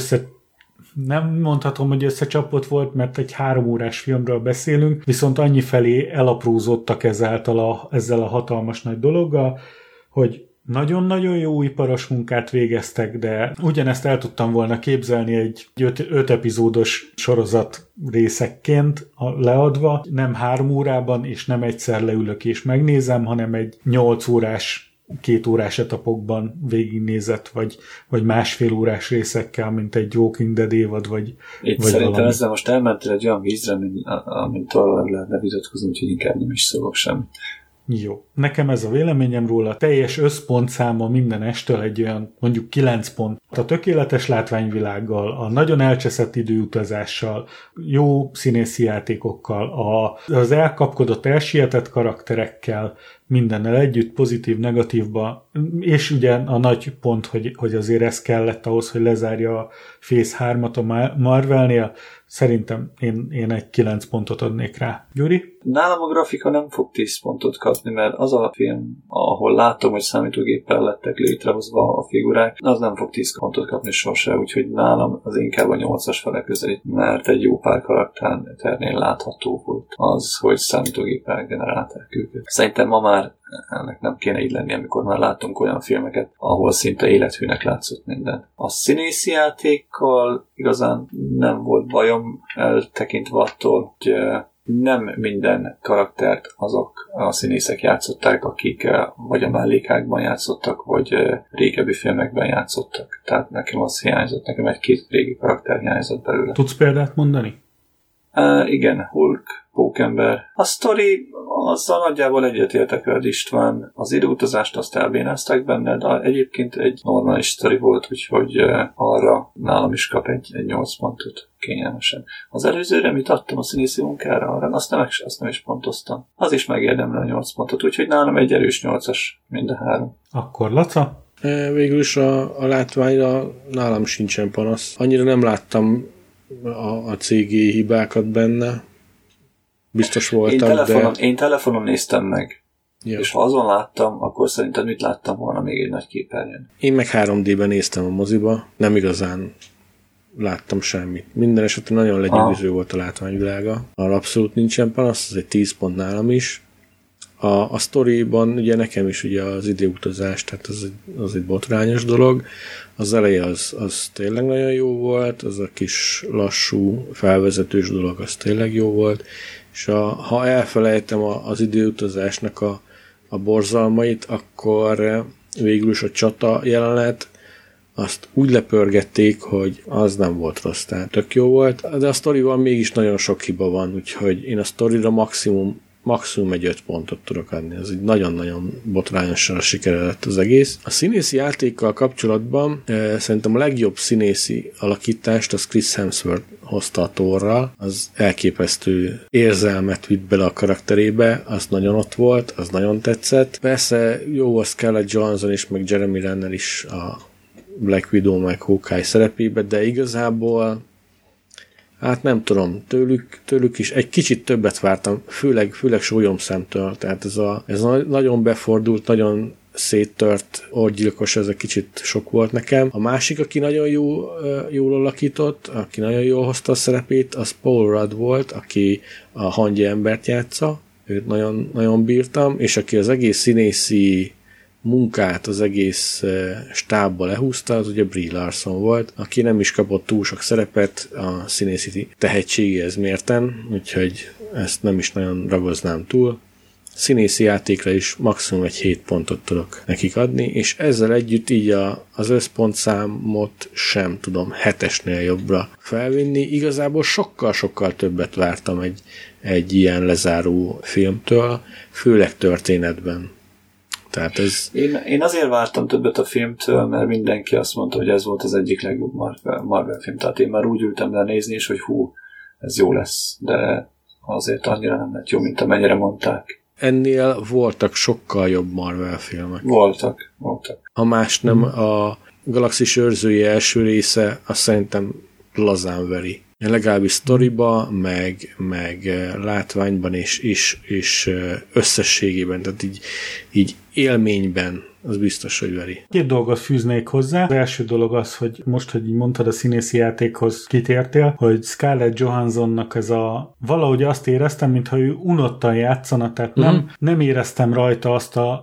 nem mondhatom, hogy összecsapott volt, mert egy 3 órás filmről beszélünk, viszont annyi felé elaprózódtak ezzel a hatalmas nagy dologgal, hogy nagyon-nagyon jó iparos munkát végeztek, de ugyanezt el tudtam volna képzelni egy 5 epizódos sorozat részekként leadva, nem 3 órában, és nem egyszer leülök és megnézem, hanem egy 8 órás 2 órás etapokban végignézett, vagy másfél órás részekkel, mint egy Walking Dead évad, vagy szerintem valami. Ezzel most elmentél egy olyan vízre, amint arra lehetne vitatkozni, úgyhogy inkább nem is szólok sem. Jó. Nekem ez a véleményem róla. Teljes összpontszáma minden estől egy olyan mondjuk 9 pont. A tökéletes látványvilággal, a nagyon elcseszett időutazással, jó színészi játékokkal, az elkapkodott, elsietett karakterekkel, mindennel együtt, pozitív, negatívba, és ugye a nagy pont, hogy azért ez kellett ahhoz, hogy lezárja a Phase 3-at a Marvelnél. Szerintem én egy 9 pontot adnék rá. Gyuri? Nálam a grafika nem fog 10 pontot kapni, mert az a film, ahol látom, hogy számítógéppel lettek létrehozva a figurák, az nem fog 10 pontot kapni sose, úgyhogy nálam az inkább a 8-as fele közelít, mert egy jó pár karakternél látható volt az, hogy számítógéppel generálták őket. Szerintem ma már ennek nem kéne így lenni, amikor már láttunk olyan filmeket, ahol szinte élethűnek látszott minden. A színészi játékkal igazán nem volt bajom, eltekintve attól, hogy nem minden karaktert azok a színészek játszották, akik vagy a mellékákban játszottak, vagy régebbi filmekben játszottak. Tehát nekem az hiányzott, nekem egy-két régi karakter hiányzott belőle. Tudsz példát mondani? Igen, Hulk, Pókember. A sztori, azzal nagyjából egyetértek veled, István. Az időutazást azt elbénázták benne, de egyébként egy normális sztori volt, úgyhogy arra nálam is kap egy 8 pontot kényelmesen. Az előzőre, amit adtam a színészi munkára, arra azt nem is pontoztam. Az is megérdemli a 8 pontot, úgyhogy nálam egy erős 8-as mind a 3. Akkor Laca? Végül is a látványra nálam sincsen panasz. Annyira nem láttam a CG hibákat benne. Biztos voltam, Én telefonon néztem meg. Ja. És ha azon láttam, akkor szerinted mit láttam volna még egy nagy képernyőn? Én meg 3D-ben néztem a moziba, nem igazán láttam semmit. Minden esetben nagyon legyőző volt a látványvilága. Arra abszolút nincsen panasz, ez egy 10 pont nálam is. A sztoriban ugye nekem is ugye az időutazás, tehát az egy botrányos dolog. Az eleje az tényleg nagyon jó volt, az a kis lassú, felvezetős dolog az tényleg jó volt, és ha elfelejtem az időutazásnak a borzalmait, akkor végül is a csata jelenet, azt úgy lepörgették, hogy az nem volt rossz, tehát tök jó volt, de a sztoriban mégis nagyon sok hiba van, úgyhogy én a sztorira maximum egy 5 pontot tudok adni. Ez egy nagyon-nagyon botrányosan sikeredett az egész. A színészi játékkal kapcsolatban szerintem a legjobb színészi alakítást az Chris Hemsworth hozta a Thorral. Az elképesztő érzelmet vitt bele a karakterébe, az nagyon ott volt, az nagyon tetszett. Persze jó volt Scarlett Johansson is, meg Jeremy Renner is a Black Widow meg Hawkeye szerepébe, de igazából hát nem tudom, tőlük is egy kicsit többet vártam, főleg sólyomszemtől, tehát ez nagyon befordult, nagyon széttört orgyilkos, ez egy kicsit sok volt nekem. A másik, aki nagyon jól alakított, aki nagyon jól hozta a szerepét, az Paul Rudd volt, aki a hangya embert játsza, őt nagyon, nagyon bírtam, és aki az egész színészi munkát az egész stábba lehúzta, az ugye Brie Larson volt, aki nem is kapott túl sok szerepet a színészi tehetségéhez mérten, úgyhogy ezt nem is nagyon ragoznám túl. Színészi játékra is maximum egy 7 pontot tudok nekik adni, és ezzel együtt így az összpontszámot sem tudom 7-esnél jobbra felvinni. Igazából sokkal-sokkal többet vártam egy ilyen lezáró filmtől, főleg történetben. Tehát ez... Én azért vártam többet a filmtől, mert mindenki azt mondta, hogy ez volt az egyik legjobb Marvel film. Tehát én már úgy ültem le nézni is, hogy ez jó lesz. De azért annyira nem lett jó, mint amennyire mondták. Ennél voltak sokkal jobb Marvel filmek. Voltak. Ha más nem, a Galaxis őrzője első része, azt szerintem lazán veri. Legalábbis sztoriba, meg látványban és összességében, tehát így élményben az biztos, hogy veri. 2 dolgot fűznék hozzá. Az első dolog az, hogy most, hogy így mondtad, a színészi játékhoz kitértél, hogy Scarlett Johanssonnak ez valahogy azt éreztem, mintha ő unottan játszana, tehát nem éreztem rajta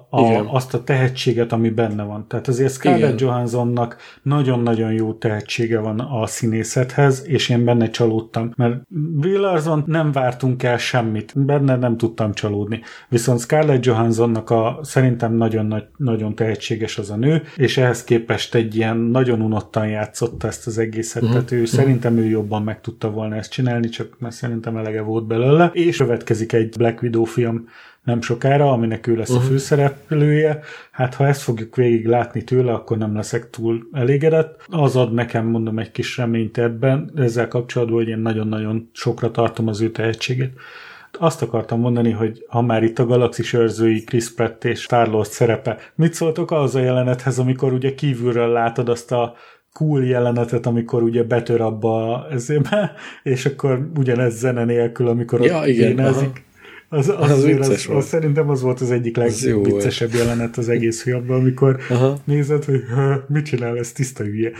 azt a tehetséget, ami benne van. Tehát azért Scarlett Johanssonnak nagyon-nagyon jó tehetsége van a színészethez, és én benne csalódtam, mert Brie Larson nem vártunk el semmit, benne nem tudtam csalódni. Viszont Scarlett Johanssonnak szerintem nagyon tehetséges az a nő, és ehhez képest egy ilyen nagyon unottan játszotta ezt az egészet, tehát szerintem ő jobban meg tudta volna ezt csinálni, csak mert szerintem elege volt belőle, és következik egy Black Widow film nem sokára, aminek ő lesz a főszereplője. Hát ha ezt fogjuk végig látni tőle, akkor nem leszek túl elégedett. Az ad nekem, mondom, egy kis reményt ebben, ezzel kapcsolatban, hogy én nagyon-nagyon sokra tartom az ő tehetségét. Azt akartam mondani, hogy ha már itt a Galaxis őrzői Chris Pratt és Star-Lord szerepe, mit szóltok ahhoz a jelenethez, amikor ugye kívülről látod azt a cool jelenetet, amikor ugye betör abba ezébe, és akkor ugyanez zene nélkül, amikor ott énezik. Az vicces volt. Szerintem az volt az egyik legviccesebb jelenet az egész filmben, amikor nézed, hogy mit csinál, ez tiszta hülye.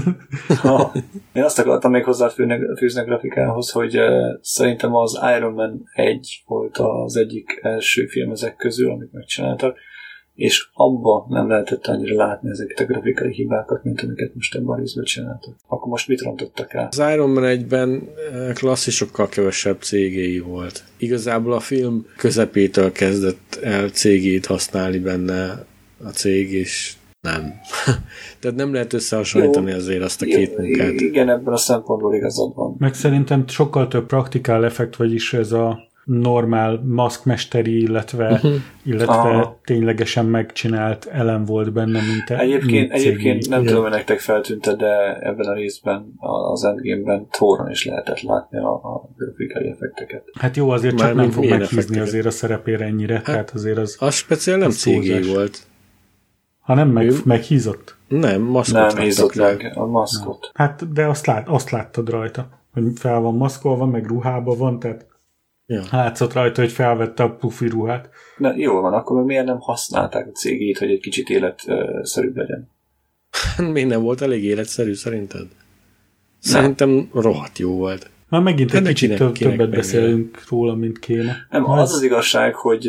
Én azt akartam még hozzáfűzni a grafikához, hogy szerintem az Iron Man 1 volt az egyik első film ezek közül, amit megcsináltak, és abban nem lehetett annyira látni ezeket a grafikai hibákat, mint amiket most ebben a részben csináltak. Akkor most mit rontottak el? Az Iron Man 1-ben klasszisokkal kevesebb CGI volt. Igazából a film közepétől kezdett el CGI-t használni benne a cég, és nem. Tehát nem lehet összehasonlítani azért azt a két munkát. Igen, ebben a szempontból igazad van. Meg szerintem sokkal több praktikál effekt, vagyis ez a normál maszkmesteri, illetve ténylegesen megcsinált elem volt benne, mint Egyébként nem tudom, hogy nektek feltűnte, de ebben a részben, az Endgame-ben Thoron is lehetett látni a grafikai effekteket. Hát jó, azért csak nem fog meghízni azért a szerepére ennyire, hát, tehát azért az speciál nem CGI volt. Ha nem meghízott? Nem, maszkot nem hízott meg a maszkot. Hát, de azt láttad rajta, hogy fel van maszkolva, meg ruhában van, tehát látszott rajta, hogy felvette a pufi ruhát. Na, jó van, akkor miért nem használták a CGI-t, hogy egy kicsit életszerűbb legyen? Miért nem volt elég életszerű, szerinted? Szerintem rohadt jó volt. Már megint egy kicsit többet beszélünk róla, mint kéne. Nem, az igazság, hogy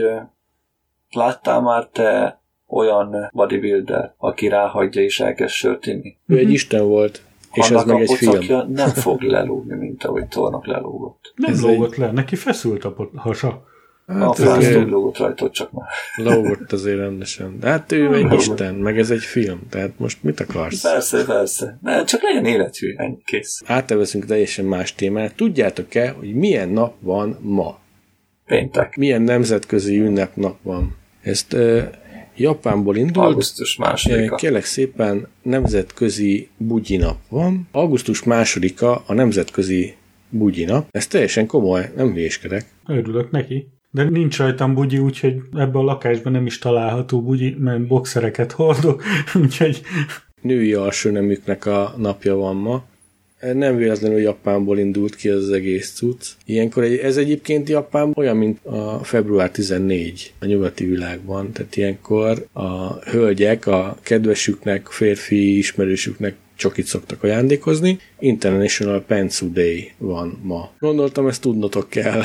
láttál már te olyan bodybuilder, aki ráhagyja és elkezd sört inni? Ő egy isten volt. És ez meg egy film. Nem fog lelógni, mint ahogy Thornak lelógott. Nem lógott le, neki feszült a hasa. A fásztól lógott rajta, csak már. Lógott azért rendesen. De hát ő egy isten, meg ez egy film. Tehát most mit akarsz? Persze. Ne, csak legyen élethű, ennyi, kész. Átteveszünk teljesen más témát. Tudjátok-e, hogy milyen nap van ma? Péntek. Milyen nemzetközi ünnepnap van? Ezt Japánból indult. Augusztus 2-a. Kérlek szépen, nemzetközi bugyi nap van. Augusztus 2-a a nemzetközi bugyi nap. Ez teljesen komoly, nem hülyéskedek. Örülök neki. De nincs rajtam bugyi, úgyhogy ebben a lakásban nem is található bugyi, mert boxereket hordok, úgyhogy... Női alsóneműknek a napja van ma. Nem véletlenül Japánból indult ki az egész cucc. Ilyenkor ez egyébként Japán olyan, mint a február 14 a nyugati világban. Tehát ilyenkor a hölgyek a kedvesüknek, férfi ismerősüknek csokit szoktak ajándékozni. International Pantsu Day van ma. Gondoltam, ezt tudnotok kell.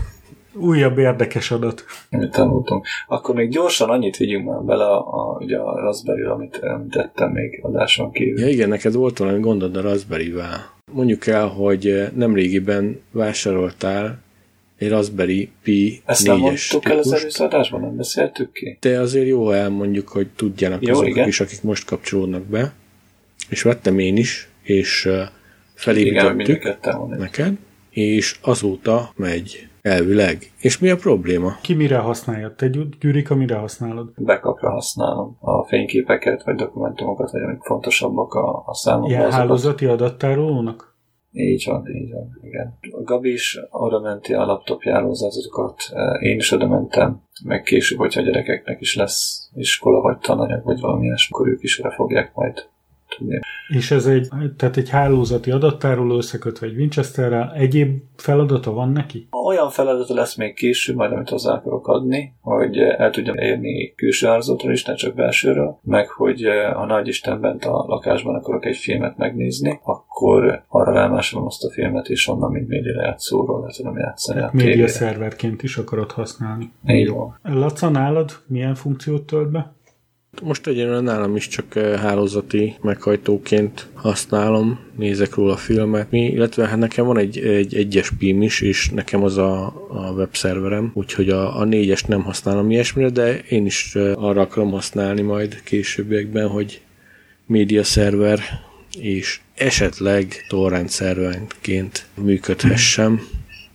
Újabb érdekes adat. Amit tanultunk. Akkor még gyorsan annyit vigyünk már bele ugye a Raspberry-re, amit tettem még adáson kívül. Ja igen, neked volt valami gondod a Raspberry-vel. Mondjuk el, hogy nemrégiben vásároltál egy Raspberry Pi 4-es Ezt nem mondtuk el az előző adásban, nem beszéltük ki? De azért jó elmondjuk, hogy tudjanak azok is, akik most kapcsolódnak be. És vettem én is, és felépítettük neked, és azóta megy. Elvileg. És mi a probléma? Ki mire használja? Te, Gyurika, mire használod? Backupra használom a fényképeket, vagy dokumentumokat, vagy amik fontosabbak a számomra. Ilyen hálózati adattárolónak? Így van, igen. A Gabi is oda menti a laptopjáról az adatokat, én is oda mentem, meg később, hogyha a gyerekeknek is lesz iskola, vagy tananyag, vagy valami ilyesmi, akkor ők is oda fogják majd tudni. És ez egy hálózati adattároló összekötve egy Winchesterrel, egyéb feladata van neki? Olyan feladata lesz még később, majd amit hozzá akarok adni, hogy el tudjam érni külső hálózatról is, ne csak belsőről, meg hogy ha nagyisten bent a lakásban akarok egy filmet megnézni, akkor arra rámásolom azt a filmet, és onnan, mint média játszóról le tudom játszani a tévére. Média szerverként is akarod használni. Így van. Laca, nálad milyen funkciót tölt be? Most egyenlően nálam is csak hálózati meghajtóként használom, nézek róla a filmet, illetve hát nekem van egy egyes PIM is, és nekem az a webszerverem, úgyhogy a 4-est nem használom ilyesmire, de én is arra akarom használni majd későbbiekben, hogy média szerver és esetleg torrent szerverként működhessem.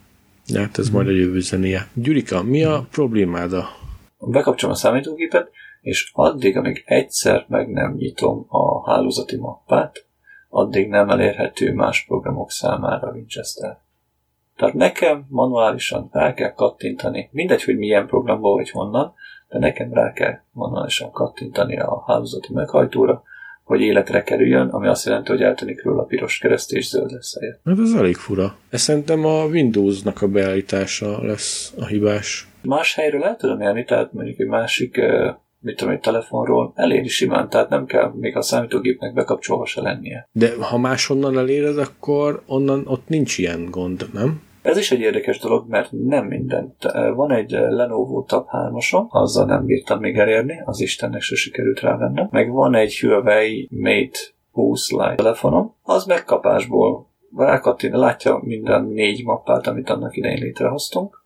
Ja, hát ez majd a jövő zenéje. Gyurika, mi a problémád? Bekapcsolom a számítógépet, és addig, amíg egyszer meg nem nyitom a hálózati mappát, addig nem elérhető más programok számára Winchester. Tehát nekem manuálisan rá kell kattintani, mindegy, hogy milyen programból vagy honnan, de nekem rá kell manuálisan kattintani a hálózati meghajtóra, hogy életre kerüljön, ami azt jelenti, hogy eltűnik róla a piros kereszt és zöld lesz helyett. Hát ez elég fura. Ez szerintem a Windows-nak a beállítása lesz a hibás. Más helyről el tudom élni, tehát mondjuk egy másik, egy telefonról eléri simán, tehát nem kell még a számítógépnek bekapcsolva se lennie. De ha máshonnan eléred, akkor onnan ott nincs ilyen gond, nem? Ez is egy érdekes dolog, mert nem mindent. Van egy Lenovo Tab 3-asom, azzal nem bírtam még elérni, az Istennek se sikerült rávennem. Meg van egy Huawei Mate 20 Lite telefonom, az megkapásból rákattint, látja minden 4 mappát, amit annak idején létrehoztunk,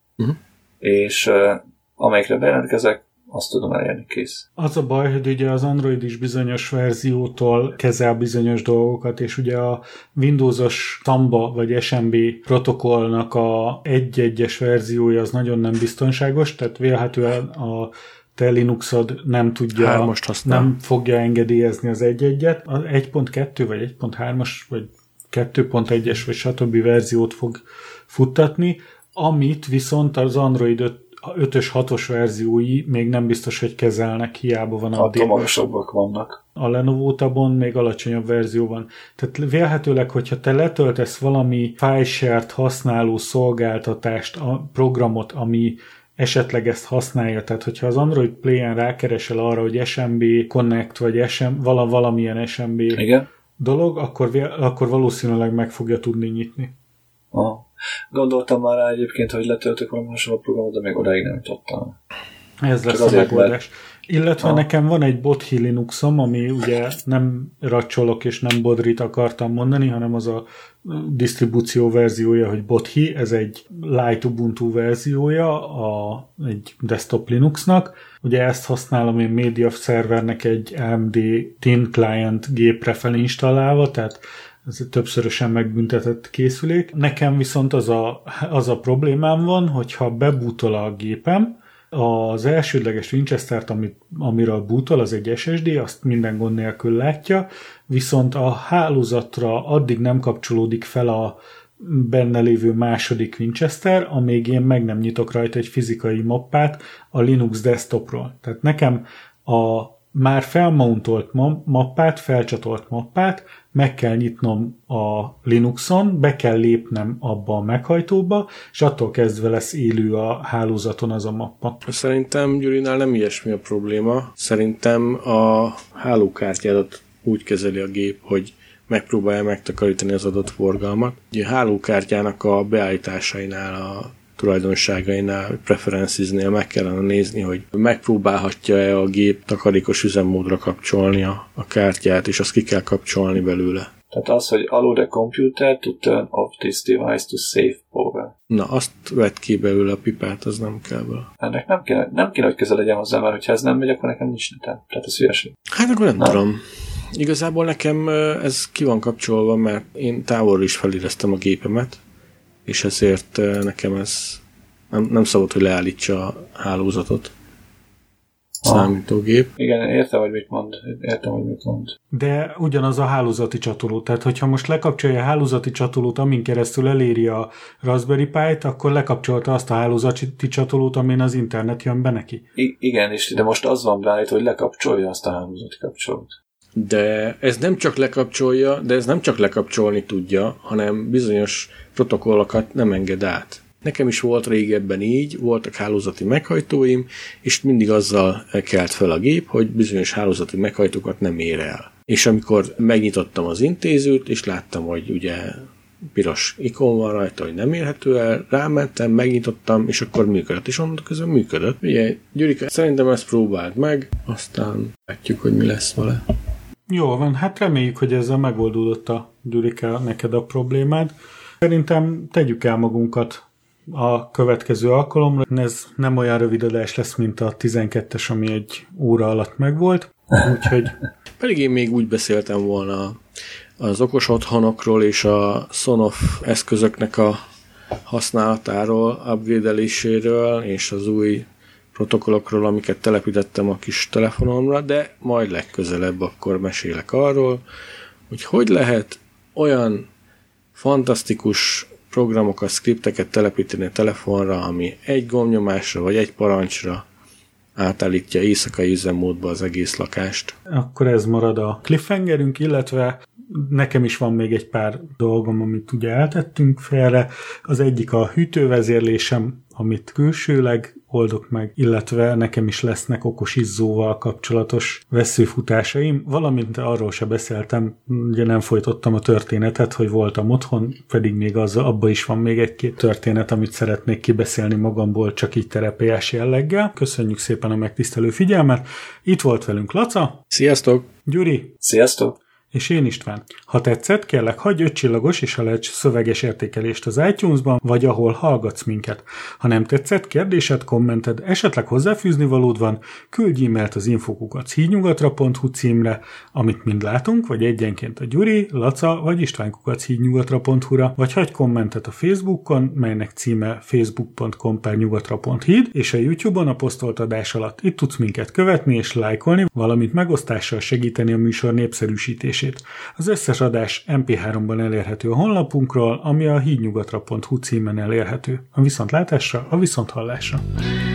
és amelyikre bejelentkezek, azt tudom elérni, kész. Az a baj, hogy ugye az Android is bizonyos verziótól kezel bizonyos dolgokat, és ugye a Windowsos Samba vagy SMB protokollnak a egy-egyes verziója az nagyon nem biztonságos, tehát vélhetően a te Linuxod nem tudja, nem fogja engedélyezni az egy-egyet. Az 1.2 vagy 1.3-as vagy 2.1-es vagy stb. Verziót fog futtatni, amit viszont az Android 5-ös, 6-os verziói még nem biztos, hogy kezelnek, hiába van a magasabbak vannak. A Lenovo Tabon még alacsonyabb verzió van. Tehát vélhetőleg, hogyha te letöltesz valami FileShare-t használó szolgáltatást, a programot, ami esetleg ezt használja, tehát hogyha az Android Play-en rákeresel arra, hogy SMB Connect, vagy valamilyen SMB igen, dolog, akkor valószínűleg meg fogja tudni nyitni. Gondoltam már rá egyébként, hogy letöltök valami hasonló programot, de még odáig nem jutottam. Ez lesz a megoldás. Illetve nekem van egy Bothi Linuxom, ami ugye nem racsolok és nem bodrit akartam mondani, hanem az a disztribúció verziója, hogy Bothi, ez egy Light Ubuntu verziója egy desktop Linuxnak. Ugye ezt használom én Media Servernek egy AMD Thin Client gépre felinstallálva, tehát ez többszörösen megbüntetett készülék. Nekem viszont az a problémám van, hogyha bebootol a gépem, az elsődleges Winchester-t, amiről bootol, az egy SSD, azt minden gond nélkül látja, viszont a hálózatra addig nem kapcsolódik fel a benne lévő második Winchester, amíg én meg nem nyitok rajta egy fizikai mappát a Linux desktopról. Tehát nekem a már felmountolt mappát, felcsatolt mappát meg kell nyitnom a Linuxon, be kell lépnem abba a meghajtóba, és attól kezdve lesz élő a hálózaton az a mappa. Szerintem Gyurinál nem ilyesmi a probléma. Szerintem a hálókártyádat úgy kezeli a gép, hogy megpróbálja megtakarítani az adott forgalmat. Ugye a hálókártyának a beállításainál, a tulajdonságainál, preferencesnél meg kellene nézni, hogy megpróbálhatja-e a gép takarékos üzemmódra kapcsolni a kártyát, és azt ki kell kapcsolni belőle. Tehát az, hogy allow the computer to turn off this device to save power. Na, azt vett ki belőle a pipát, az nem kell be. Ennek nem kéne, hogy közel legyen hozzá, mert hogyha ez nem megy, akkor nekem nincs netem. Tehát ez hülyeség. Hát akkor nem tudom. Igazából nekem ez ki van kapcsolva, mert én távolról is feléreztem a gépemet, és ezért nekem ez nem szabad, hogy leállítsa a hálózatot. Számítógép. Igen, értem, hogy mit mond. De ugyanaz a hálózati csatoló. Tehát, hogyha most lekapcsolja a hálózati csatolót, amin keresztül eléri a Raspberry Pi-t, akkor lekapcsolta azt a hálózati csatolót, amin az internet jön be neki. Igen, és de most az van beállítva, hogy lekapcsolja azt a hálózati kapcsolót. De ez nem csak lekapcsolni tudja, hanem bizonyos protokollokat nem enged át. Nekem is volt régebben így, voltak hálózati meghajtóim, és mindig azzal kelt fel a gép, hogy bizonyos hálózati meghajtókat nem ér el. És amikor megnyitottam az intézőt, és láttam, hogy ugye piros ikon van rajta, hogy nem érhető el, rámentem, megnyitottam, és akkor működött, és onnantól közben működött. Ugye, Gyurika, szerintem ezt próbáld meg, aztán látjuk, hogy mi lesz vele. Jól van, hát reméljük, hogy ezzel megoldódott a Gyurika neked a problémád. Szerintem tegyük el magunkat a következő alkalomra. Ez nem olyan rövid adás lesz, mint a 12-es, ami egy óra alatt megvolt. Úgyhogy... Pedig én még úgy beszéltem volna az okos otthonokról és a Sonoff eszközöknek a használatáról, upgrade-eléséről és az új protokollokról, amiket telepítettem a kis telefonomra, de majd legközelebb akkor mesélek arról, hogy lehet olyan fantasztikus programokat, skripteket telepíteni a telefonra, ami egy gombnyomásra vagy egy parancsra átállítja éjszakai üzemmódba az egész lakást. Akkor ez marad a cliffhangerünk, illetve nekem is van még egy pár dolgom, amit ugye eltettünk félre. Az egyik a hűtővezérlésem, amit külsőleg oldok meg, illetve nekem is lesznek okos izzóval kapcsolatos vesszőfutásaim, valamint arról se beszéltem, ugye nem folytottam a történetet, hogy voltam otthon, pedig még abban is van még egy-két történet, amit szeretnék kibeszélni magamból, csak így terápiás jelleggel. Köszönjük szépen a megtisztelő figyelmet. Itt volt velünk Laca. Sziasztok! Gyuri. Sziasztok! És én István. Ha tetszett, kérlek, hagyj 5 csillagos és a lehet szöveges értékelést az iTunes-ban, vagy ahol hallgatsz minket. Ha nem tetszett, kérdésed, kommented, esetleg hozzáfűzni valód van, küldj e-mailt az info@hídnyugatra.hu címre, amit mind látunk, vagy egyenként a Gyuri, Laca vagy István@hídnyugatra.hu-ra, vagy hagyj kommentet a Facebookon, melynek címe facebook.com/nyugatra.híd, és a YouTube-on a posztolt adás alatt. Itt tudsz minket követni és lájkolni, valamint megosztással segíteni a műsor népszerűsítését. Az összes adás MP3-ban elérhető a honlapunkról, ami a hídnyugatra.hu címen elérhető. A viszontlátásra, a viszonthallásra.